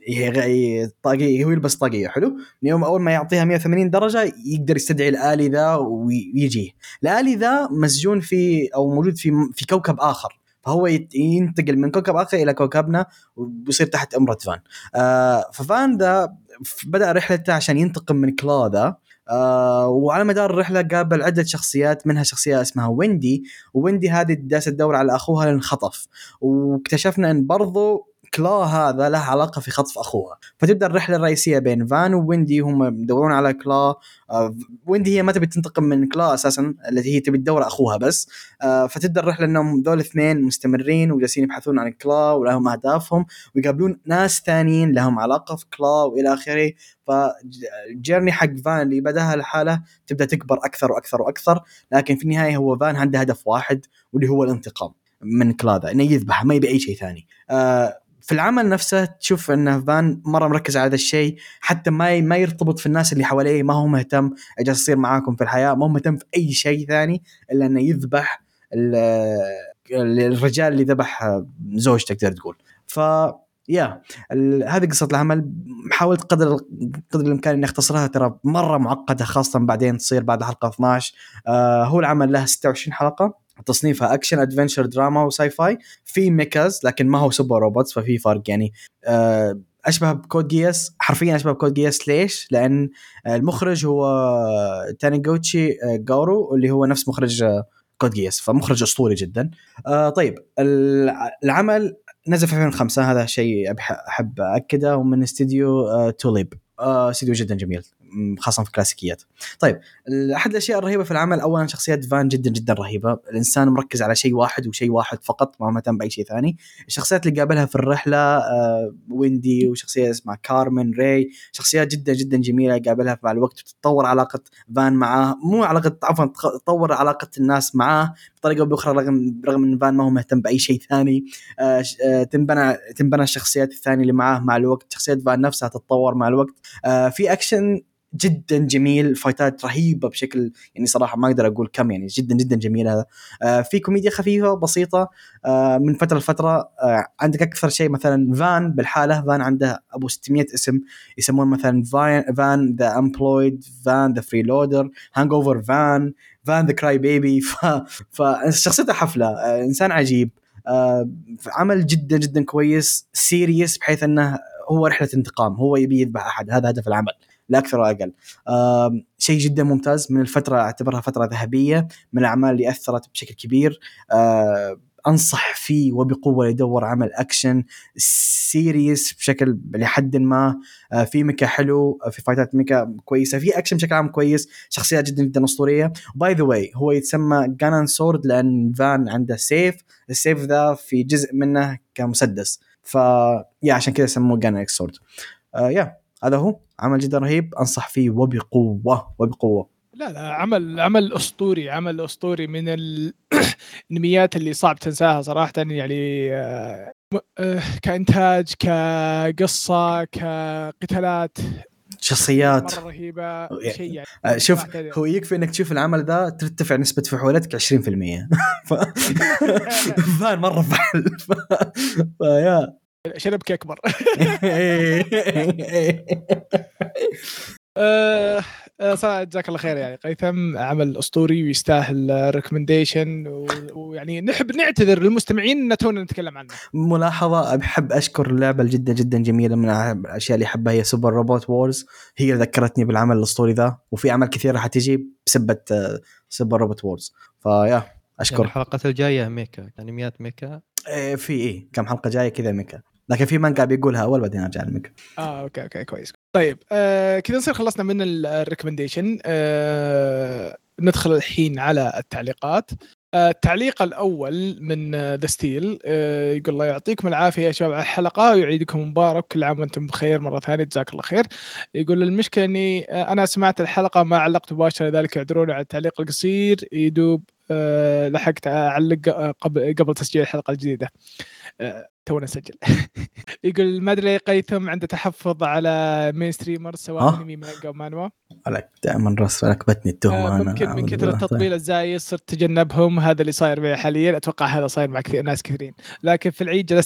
طاقية، هو يلبس طاقية. حلو. يوم أول ما يعطيها مية وثمانين درجة يقدر يستدعي الآلي ذا ويجي. الآلي ذا مسجون في أو موجود في في كوكب آخر، فهو ينتقل من كوكب آخر إلى كوكبنا ويصير تحت أمرة فان. آه ففان ذا بدأ رحلته عشان ينتقم من كلا ذا. آه وعلى مدار الرحلة قابل عدة شخصيات، منها شخصية اسمها ويندي. وويندي هذه داست تدور على أخوها للخطف، واكتشفنا أن برضو كلا هذا له علاقة في خطف أخوها. فتبدأ الرحلة الرئيسية بين فان وويندي، هم يدورون على كلا. آه ويندي هي ما تبي تنتقم من كلا أساسا، التي هي تبي تدور أخوها بس. آه فتبدأ الرحلة أنهم ذول اثنين مستمرين وجالسين يبحثون عن كلا ولهم أهدافهم، ويقابلون ناس ثانيين لهم علاقة في كلا وإلى آخره. فالجيرني حق فان اللي بدأها الحالة تبدأ تكبر أكثر وأكثر وأكثر، لكن في النهاية هو فان عنده هدف واحد واللي هو الانتقام من كلا ذا، إنه يذبح، ما يبي أي شيء ثاني. آه في العمل نفسه تشوف أن فان مرة مركز على هذا الشيء، حتى ما ما يرتبط في الناس اللي حواليه، ما هو مهتم إيش يصير معاكم في الحياة، ما هو مهتم في أي شيء ثاني إلا أنه يذبح الرجال اللي ذبح زوجته تقدر تقول. ف يا هذه قصة العمل. حاولت قدر قدر الإمكان إني أختصرها، ترى مرة معقدة خاصة بعدين تصير بعد حلقة اثنا عشر. آه هو العمل له ستة وعشرين حلقة، تصنيفها أكشن أدفنشر دراما وساي فاي. في ميكاز لكن ما هو سوبر روبوتس، ففي فرق يعني. آه أشبه بكود جياس، حرفيا أشبه بكود جياس. ليش؟ لأن المخرج هو تانيغوتشي غاورو اللي هو نفس مخرج كود جياس، فمخرج أسطوري جدا. آه طيب العمل نزل في ألفين وخمسة، هذا شيء أحب أكده، ومن استديو آه توليب. آه استديو جدا جميل خاصة في الكلاسيكيات. طيب أحد الأشياء الرهيبة في العمل أولا شخصيات فان جدا جدا رهيبة. الإنسان مركز على شيء واحد وشيء واحد فقط، ما مهتم بأي شيء ثاني. الشخصيات اللي قابلها في الرحلة آه ويندي، وشخصية اسمها كارمن راي، شخصيات جدا جدا جميلة قابلها مع الوقت، وتتطور علاقة فان معاه، مو علاقة عفوا تطور علاقة الناس معاه بطريقة بأخرى، رغم رغم إن فان ما هو مهتم بأي شيء ثاني. آه آه تنبنى تنبنى الشخصيات الثانية اللي معاه مع الوقت. شخصية فان نفسها تتطور مع الوقت. آه في أكشن جدا جميل، فايتات رهيبه بشكل يعني صراحه ما اقدر اقول كم، يعني جدا جدا جميل هذا. آه في كوميديا خفيفه بسيطه آه من فتره لفتره. آه عندك اكثر شيء مثلا فان بالحاله، فان عنده ابو ستمية اسم يسمون مثلا فان فان ذا امبلويد، فان ذا فري لودر، هانج اوفر فان، فان ذا كراي بيبي. فشخصيته حفله، آه انسان عجيب، آه عمل جدا جدا كويس، سيريس بحيث انه هو رحله انتقام، هو يبي يذبح احد، هذا هدف العمل لا اكثر ولا اقل. آه شيء جدا ممتاز، من الفتره اعتبرها فتره ذهبيه من الاعمال اللي اثرت بشكل كبير. آه انصح فيه وبقوه، يدور عمل اكشن سيريس بشكل لحد ما. آه في ميكا حلو، في فايتات ميكا كويسه، في اكشن بشكل عام كويس، شخصيات جدا جدا اسطوريه. باي ذا واي هو يتسمى جانان سورد لان فان عنده سيف، السيف ذا في جزء منه كمسدس، ف يا عشان كذا سموه جانان سورد. آه يا هذا هو عمل جدا رهيب، انصح فيه وبقوه وبقوه. لا لا عمل عمل اسطوري، عمل اسطوري من الانميات اللي صعب تنساها صراحه يعني. آه، آه، كانتاج، كقصه، كقتالات، شخصيات مره رهيبه، شيء يعني. آه، شوف صراحة هو يكفي انك تشوف العمل ذا ترتفع نسبه فحولتك عشرين بالمية. ف... فان مره فحل. ف... فيا شنبك اكبر. آه، آه، صراحة جزاك الله خير يعني قيثم، عمل أسطوري ويستاهل ريكومنديشن، ويعني نحب نعتذر للمستمعين إن تونا نتكلم عنه. ملاحظة، أحب أشكر اللعبة جدا جدا جميلة، من الأشياء اللي أحبها هي سوبر روبوت وورز، هي ذكرتني بالعمل الأسطوري ذا، وفي أعمال كثيرة حتيجي بسبة سوبر روبوت وورز. فيا أشكر. يعني الحلقة الجاية ميكا، أنميات ميكا إيه في إيه كم حلقة جاية كذا ميكا، لكن في من قاعد بيقولها أول بعدين أرجع لميكا. آه أوكي أوكي كويس. طيب آه كذا نصير خلصنا من الريكومنديشن. آه ندخل الحين على التعليقات. آه التعليق الأول من ذا ستيل، آه يقول الله يعطيكم العافية يا شباب على الحلقة ويعيدكم مبارك، كل عام وأنتم بخير مرة ثانية، جزاك الله خير. يقول المشكلة أني آه أنا سمعت الحلقة ما علقت مباشرة، لذلك اعذروني على التعليق القصير، يدوب آه لحقت أعلق قبل قبل تسجيل الحلقة الجديدة. آه تونا نسجل. يقول ما ادري قيثم عنده تحفظ على مين ستريمر سواء انمي مانجا او مانوا. لك دائما راس ركبتني التهمه. آه ممكن من كثر التطبيل الزايد صرت تجنبهم، هذا اللي صاير معي حاليا، اتوقع هذا صاير مع كثير ناس كثيرين. لكن في العيد جلست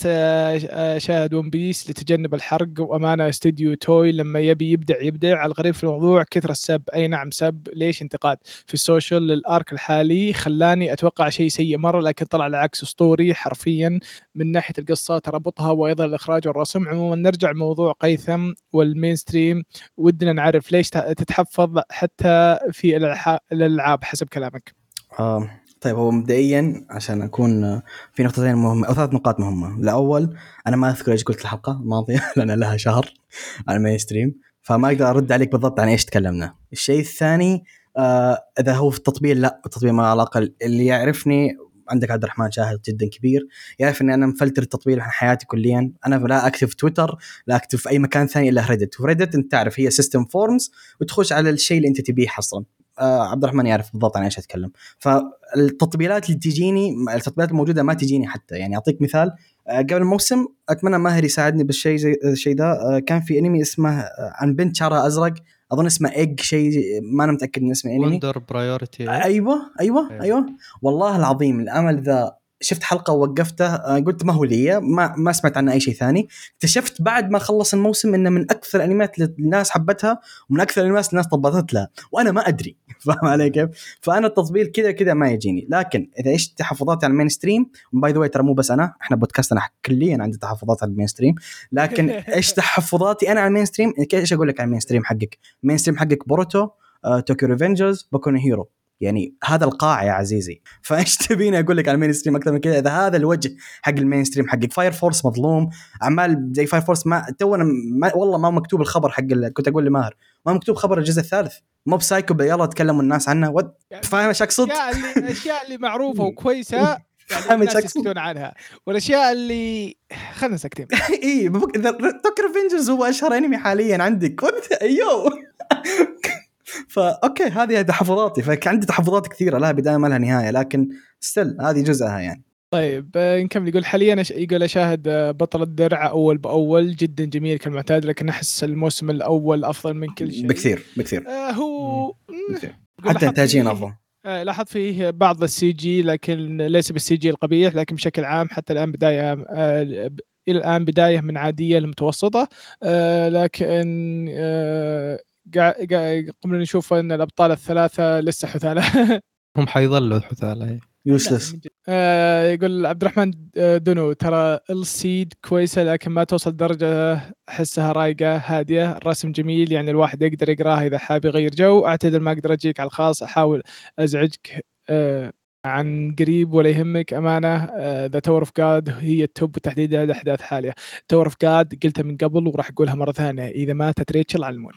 اشاهد ون بيس لتجنب الحرق، وامانه استوديو توي لما يبي يبدع يبدع. على الغريب في الموضوع كثر السب، اي نعم سب ليش انتقاد في السوشيال للارك الحالي خلاني اتوقع شيء سيء مره، لكن طلع العكس اسطوري حرفيا من ناحيه القصه تربطها وايضا الاخراج والرسم. عموما نرجع لموضوع قيثم والمين ستريم، ودنا نعرف ليش تتحفظ حتى في الالعاب حسب كلامك. آه طيب هو مبدئيا عشان اكون في نقطتين مهمه او ثلاث نقاط مهمه. الاول انا ما اذكر ايش قلت الحلقه الماضيه لان لها شهر على المين ستريم، فما اقدر ارد عليك بالضبط عن ايش تكلمنا. الشيء الثاني آه اذا هو في التطبيل، لا التطبيل ما علاقه. اللي يعرفني عندك عبد الرحمن شاهد جدا كبير يعرف اني انا مفلتر التطبيل عن حياتي كليا. انا لا اكتب في تويتر، لا اكتب في اي مكان ثاني الا ريدت. وريدت انت تعرف هي سيستم فورمز وتخش على الشيء اللي انت تبيه حصرا. آه عبد الرحمن يعرف بالضبط عن ايش اتكلم. فالتطبيلات اللي تجيني، التطبيلات الموجوده ما تجيني حتى. يعني اعطيك مثال، آه قبل الموسم اتمنى ماهر يساعدني بالشيء زي الشيء ده. آه كان في انمي اسمه آه عن بنت شعرها ازرق، اظن اسمه ايج شيء، ما انا متاكد من اسم الانمي. وندر برايورتي. ايوه ايوه ايوه والله العظيم الامل ذا شفت حلقه ووقفته، قلت ما هو لي، ما ما سمعت عنه اي شيء ثاني. اكتشفت بعد ما خلص الموسم انه من اكثر الانميات اللي الناس حبتها ومن اكثر الانميات الناس طبطت لها وانا ما ادري. فاهم علي كيف؟ فانا التطبيل كذا كذا ما يجيني. لكن اذا ايش تحفظاتي على المين ستريم، باي ذا واي ترى مو بس انا، احنا بودكاستنا كليا عندي تحفظات على المين ستريم. لكن ايش تحفظاتي انا على المين ستريم؟ ايش اقول لك على المين ستريم حقك؟ المين ستريم حقك بوروتو، توكيو ريفنجرز، بوكو نو هيرو، يعني هذا القاع يا عزيزي. فايش تبيني اقول لك على المين ستريم اكثر من كذا؟ اذا هذا الوجه حق المين ستريم حقك. فاير فورس مظلوم، اعمال زي فاير فورس ما تونا ما والله ما مكتوب الخبر حق اللي كنت اقول لماهر، ما مكتوب خبر الجزء الثالث. مو بسايكو يلا تكلموا الناس عنه ود... فاهم ايش اقصد؟ الاشياء اللي الاشياء اللي معروفه وكويسه يعني الناس يسكتون عنها، والاشياء اللي خلنا ساكتين. اي توكر فينجرز هو اشهر انمي حاليا عندك. ايوه فا اوكي هذه تحفظاتي، فعندي تحفظات كثيره لها بدايه ما لها نهايه، لكن ستيل هذه جزءها يعني. طيب نكمل. يقول حاليا يقول أشاهد بطل الدرع أول بأول جدا جميل كالمعتاد، لكن أحس الموسم الأول أفضل من كل شيء بكثير بكثير آه هو بكثير. حتى إنتاجيا أفضل. آه لاحظت فيه بعض السي جي لكن ليس بالسي جي القبيح، لكن بشكل عام حتى الآن بداية آه إلى الآن بداية من عادية لمتوسطة. آه لكن آه قاعد قمنا نشوف أن الأبطال الثلاثة لسه حثالة. هم حيظلوا حثالة. يوسلس. آه يقول عبد الرحمن دونو ترى السيد كويسة لكن ما توصل درجة أحسها رايقة هادية، الرسم جميل يعني الواحد يقدر يقراها إذا حاب يغير جو. أعتذر ما أقدر أجيك على الخاص، أحاول أزعجك آه عن قريب ولا يهمك أمانة. ذا تاور اوف جاد هي التوب تحديدا الأحداث حالية. تاور اوف جاد قلتها من قبل وراح أقولها مرة ثانية، إذا ماتت ريتشل علمون.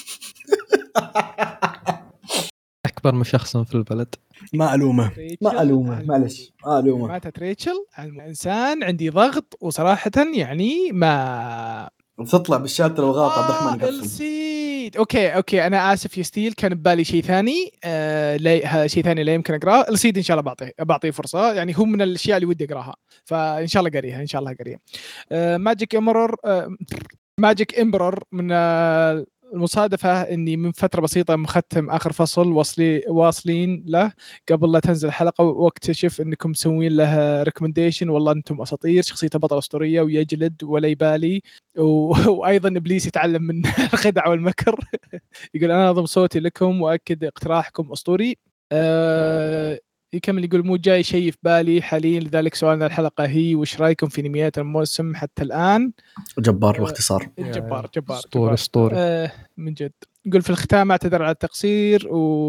أكبر مشخصن في البلد. ما ألومه ما ألومه معلش ما ألومه. ماتت ريتشل إنسان عندي ضغط وصراحة يعني ما تطلع بالشاتر الغلط. عبد الرحمن يقفل. السيد اوكي اوكي انا اسف يا ستيل، كان ببالي شيء ثاني. آه لا شيء ثاني لا يمكن اقراه. السيد ان شاء الله بعطيه بعطيه فرصه، يعني هو من الاشياء اللي ودي اقراها، فان شاء الله قريها ان شاء الله قريها. آه ماجيك امبرور آه ماجيك امبرور من آه المصادفة إني من فترة بسيطة مختم آخر فصل وصلي واصلين له قبل لا تنزل الحلقة، واكتشف إنكم مسوين له ريكومنديشن. والله أنتم أساطير، شخصيته بطل أسطورية ويجلد ولا يبالي و... وأيضا إبليس يتعلم من الخدع والمكر. يقول أنا أضم صوتي لكم وأكد اقتراحكم أسطوري. أه... يكمل يقول مو جاي شيء في بالي حاليا، لذلك سؤالنا الحلقة هي وش رايكم في انميات الموسم حتى الآن؟ جبار باختصار. جبار جبار اسطوري اسطوري آه من جد. يقول في الختام اعتذر على التقصير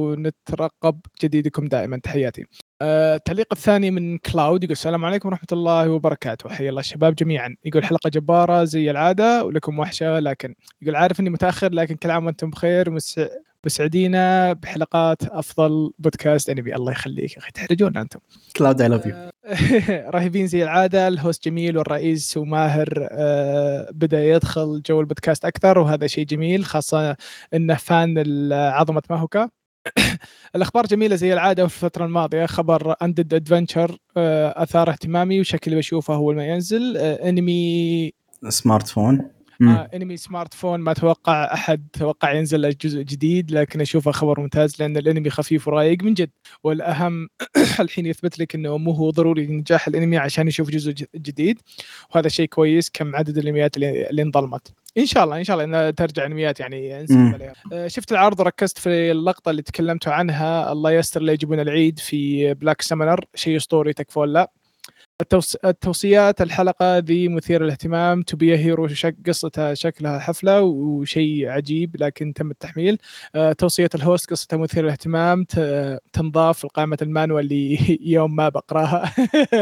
ونترقب جديدكم دائما، تحياتي. آه التعليق الثاني من كلاود يقول السلام عليكم ورحمة الله وبركاته، حيا الله الشباب جميعا. يقول حلقة جبارة زي العادة ولكم وحشة، لكن يقول عارف اني متأخر لكن كل عام وانتم بخير ومسع... مسعدينا بحلقات افضل بودكاست انمي. الله يخليك يا اخي تحرجونا انتم. كلاود اي لاف يو. رهيبين زي العاده، الهوست جميل والرئيس وماهر آه بدا يدخل جو البودكاست اكثر وهذا شيء جميل، خاصه انه فان عظمه ماهوكا. الاخبار جميله زي العاده. وفي الفتره الماضيه خبر اندد ادفنتشر آه اثار اهتمامي وشكلي بشوفه اول ما ينزل. آه انمي سمارت فون آه انمي سمارت فون، ما توقع احد توقع ينزل له جزء جديد، لكن اشوفه خبر ممتاز لان الانمي خفيف ورايق من جد. والاهم الحين يثبت لك انه مو هو ضروري نجاح الانمي عشان يشوف جزء جديد، وهذا شيء كويس. كم عدد الانميات اللي, اللي انظلمت. ان شاء الله ان شاء الله انها ترجع انميات يعني نسحب عليها. آه شفت العرض وركزت في اللقطه اللي تكلمتوا عنها، الله يستر اللي يجيبون العيد في بلاك سمنر، شيء اسطوري تكفون. لا التوص... التوصيات الحلقة ذي مثير للاهتمام. تبي هيرو شك... قصتها شكلها حفلة وشيء عجيب لكن تم التحميل. أه توصية الهوست قصتها مثير للاهتمام، ت... تنضاف لقائمة المانوا اللي يوم ما بقراها.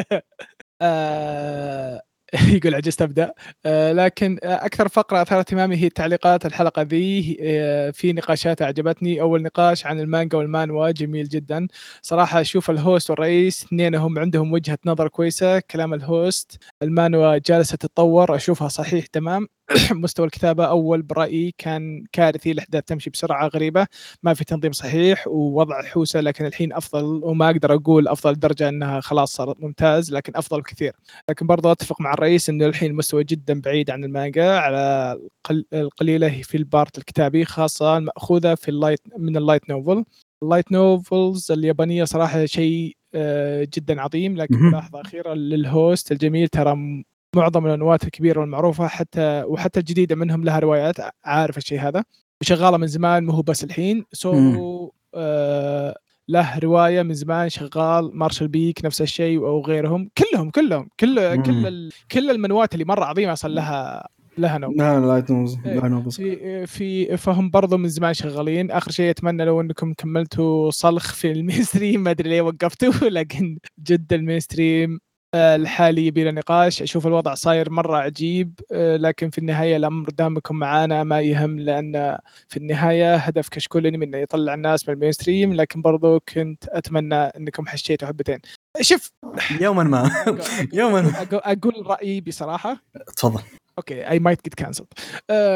أه... يقول عجزت أبدأ. أه لكن أكثر فقرة أثارت اهتمامي هي التعليقات الحلقة ذي. أه في نقاشات أعجبتني. أول نقاش عن المانجا والمانوا جميل جدا صراحة. أشوف الهوست والرئيس اثنينهم عندهم وجهة نظر كويسة. كلام الهوست المانوا جالسة تتطور أشوفها صحيح تمام. مستوى الكتابة أول برأيي كان كارثي، الأحداث تمشي بسرعة غريبة، ما في تنظيم صحيح ووضع حوسة، لكن الحين أفضل. وما أقدر أقول أفضل درجة أنها خلاص صارت ممتاز، لكن أفضل كثير. لكن برضو أتفق مع الرئيس أنه الحين المستوى جدا بعيد عن المانجا على القليلة في البارت الكتابي، خاصة المأخوذة في اللايت من اللايت نوفل. اللايت نوفلز اليابانية صراحة شيء جدا عظيم. لكن ملاحظة أخيرة للهوست الجميل، ترى معظم الأنوات الكبيرة والمعروفة حتى وحتى الجديدة منهم لها روايات، عارف الشيء هذا، وشغالة من زمان مو بس الحين. سولو آه له رواية من زمان شغال. مارشال بيك نفس الشيء أو غيرهم، كلهم كلهم كل مم. كل ال... كل المنوات اللي مرة عظيمة أصلا لها لها نوم. لا لا لا في في فهم برضو من زمان شغالين. آخر شيء أتمنى لو أنكم كملتوا صلخ في المينستريم، ما أدري ليه وقفتوا، لكن جد المينستريم الحالي يبي له نقاش. أشوف الوضع صاير مرة عجيب، لكن في النهاية الأمر دامكم معانا ما يهم، لأن في النهاية هدف كشكول أنمي إنه يطلع الناس من المينستريم. لكن برضو كنت أتمنى أنكم حشيتوا حبتين. شوف يوما ما يوما أقول رأيي بصراحة. تفضل. اوكي اي مايت جيت كانسلد.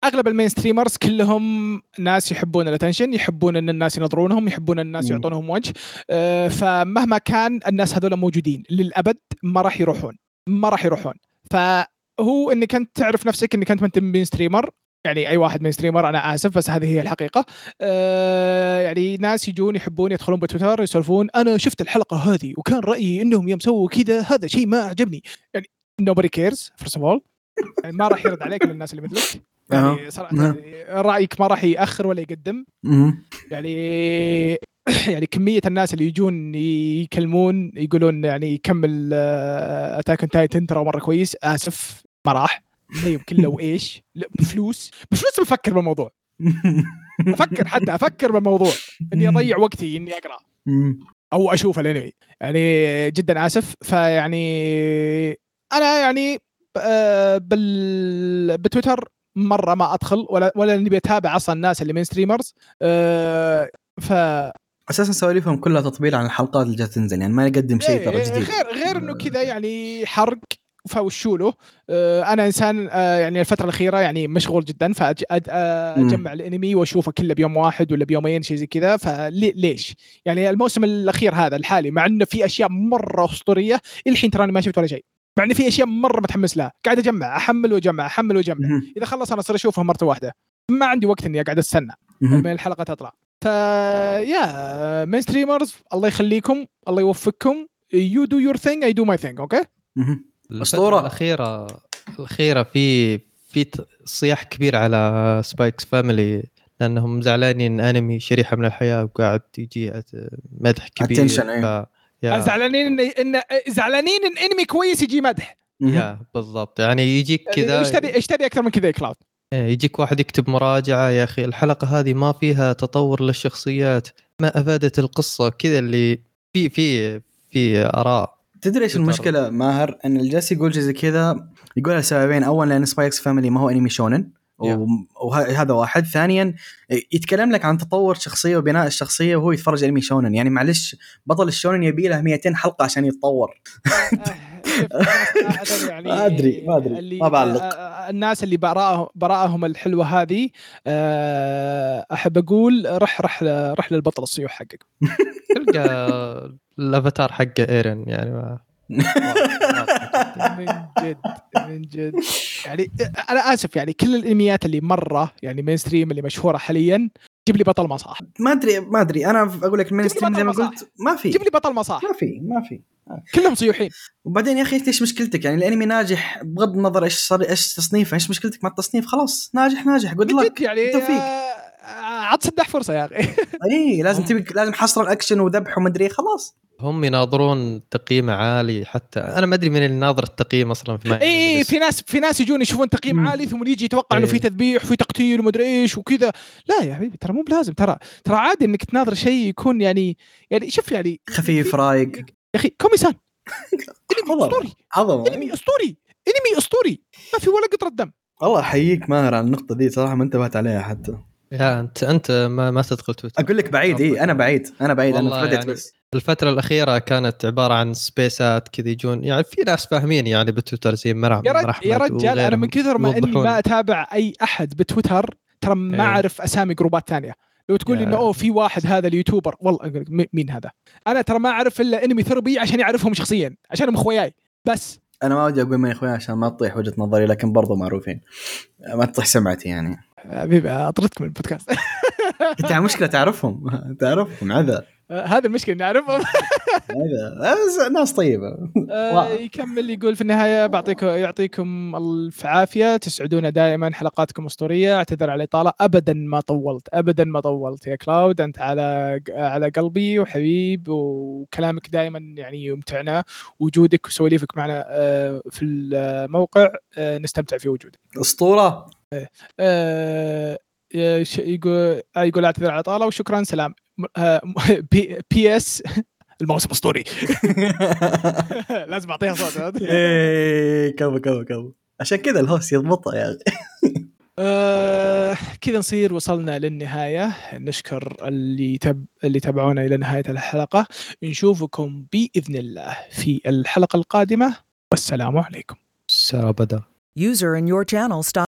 اغلب المين ستريمرز كلهم ناس يحبون الاتنشن، يحبون ان الناس ينظرونهم، يحبون ان الناس يعطونهم وجه. أه فمهما كان الناس هذول موجودين للابد ما راح يروحون ما راح يروحون. فهو انك انت تعرف نفسك انك انت ما انت مين ستريمر، يعني اي واحد مين ستريمر، انا اسف بس هذه هي الحقيقه. أه يعني ناس يجون يحبون يدخلون بتويتر يسولفون انا شفت الحلقه هذه وكان رايي انهم يوم سووا كذا هذا شيء ما عجبني. يعني nobody cares first of all، يعني ما راح يرد عليك للناس اللي مثلك. يعني صراحه يعني رايك ما راح ياخر ولا يقدم. يعني يعني كميه الناس اللي يجون يكلمون يقولون يعني كمل اتاك اون تايتن ترى مره كويس، اسف ما راح ما يمكن. لو ايش بفلوس بفلوس بفكر بالموضوع، افكر حتى افكر بالموضوع اني اضيع وقتي اني اقرا او اشوف الانمي. يعني جدا اسف. فيعني انا يعني بال بتويتر مره ما ادخل ولا ولا اني بتابع اصلا الناس اللي مين ستريمرز. أه ف اساسا سواليفهم كلها تطبيل عن الحلقات اللي جات تنزل، يعني ما يقدم شيء ترى جديد غير غير انه كذا يعني حرق فوشوله. أه انا انسان أه يعني الفتره الاخيره يعني مشغول جدا فاجمع الانمي واشوفه كله بيوم واحد ولا بيومين شيء زي كذا. فليش يعني الموسم الاخير هذا الحالي مع انه في اشياء مره اسطوريه الحين تراني ما شفت ولا شيء، مع ان في اشياء مره متحمس لها قاعد اجمع احمل واجمع احمل واجمع. اذا خلص انا اصير اشوفها مره واحده، ما عندي وقت اني اقعد استنى لما الحلقه تطلع. ف يا مين ستريمرز الله يخليكم الله يوفقكم، you do your thing I do my thing. اوكي الفترة الأخيرة الأخيرة في في صياح كبير على سبايكس فاميلي لأنهم زعلانين أنمي شريحة من الحياة وقاعد يجي مدح كبير. ف... زعلانين إن زعلانين إن أنمي كويس يجي مدح. يا بالضبط، يعني يجيك كذا إيش تبي إيش تبي أكثر من كذا يا كلاود؟ يجيك واحد يكتب مراجعة يا أخي الحلقة هذه ما فيها تطور للشخصيات، ما أفادت القصة كذا، اللي في في في آراء. تدري ايش المشكله ماهر؟ ان الجالس يقول زي كذا يقول لسببين. اولا لان سبايكس فاميلي ما هو انمي شونن وهذا واحد. ثانيا يتكلم لك عن تطور شخصيه وبناء الشخصيه وهو يتفرج انمي شونن. يعني معلش بطل الشونن يبي له مئتين حلقه عشان يتطور. يعني ما ادري ما ادري ما بعلق. الناس اللي براءهم براءهم الحلوه هذه احب اقول رح رح رح للبطل الصيوح حقك تلقى الافاتار حق ايرن يعني ما من جد من جد. يعني انا اسف يعني كل الانميات اللي مره يعني مين ستريم اللي مشهوره حاليا جيب لي بطل مصاح. ما ادري ما ادري انا اقول لك المين ستريم زي ما قلت ما في. جيب لي بطل مصاح. ما في ما في كلهم صيوحين. وبعدين يا اخي ليش مشكلتك؟ يعني الانمي ناجح بغض النظر ايش صار ايش تصنيفه، ايش مشكلتك مع التصنيف؟ خلاص ناجح ناجح قلت لك يعني توفيق. عط صدح فرصه يا اخي. اي لازم تبي لازم حصر الاكشن وذبح ومدري. خلاص هم يناظرون تقييم عالي، حتى انا ما ادري من اللي ناظر التقييم اصلا في اي في ناس في ناس يجون يشوفون تقييم مم. عالي ثم يجي يتوقع انه في تذبيح وفي تقتيل ومدري ايش وكذا. لا يا حبيبي ترى مو بلازم، ترى ترى عادي انك تناظر شيء يكون يعني يعني شوف يعني خفيف رايق. يا اخي كوميسان انمي اسطوري عظمه انمي اسطوري انمي اسطوري ما في ولا قطره دم. والله احييك ماهر على النقطه دي صراحه ما انتبهت عليها حتى. يا انت انت ما ما تدخل تويتر. اقول لك بعيد. اي انا بعيد انا بعيد انا فردت يعني بس. الفتره الاخيره كانت عباره عن سبيسات كذا يجون، يعني في ناس فاهمين يعني بتويتر زي مرح يا رجل يا رجال انا من كثر ما اني ما اتابع اي احد بتويتر ترى ما اعرف اسامي جروبات ثانيه. لو تقول لي انه اوه في واحد هذا اليوتيوبر والله مين هذا، انا ترى ما اعرف الا انمي ثربي عشان يعرفهم شخصيا عشانهم اخوياي بس. انا ما ودي اقول من اخوياي عشان ما تطيح وجهه نظري لكن برضو معروفين ما تطيح سمعتي يعني. حبيبي اطردك من البودكاست. انت مشكله تعرفهم تعرفهم عذا. هذا المشكله اني اعرفهم. هذا ناس طيبه. يكمل يقول في النهايه بعطيكم يعطيكم الف عافيه، تسعدونا دائما، حلقاتكم اسطوريه، اعتذر على الاطاله، ابدا ما طولت ابدا ما طولت يا كلاود، انت على على قلبي وحبيب وكلامك دائما يعني يمتعنا، وجودك وسواليفك معنا في الموقع نستمتع في وجودك. اسطوره. أه يقول يقول اعتذر على الاطاله وشكرا سلام. بي, بي اس الموسم اسطوري. لازم اعطيها صوت. ايه كفو كفو كفو عشان كذا الهوست يضبطها يا اخي. آه كذا نصير وصلنا للنهايه. نشكر اللي تب اللي تابعونا الى نهايه الحلقه. نشوفكم باذن الله في الحلقه القادمه والسلام عليكم. سلام. User in your channel stop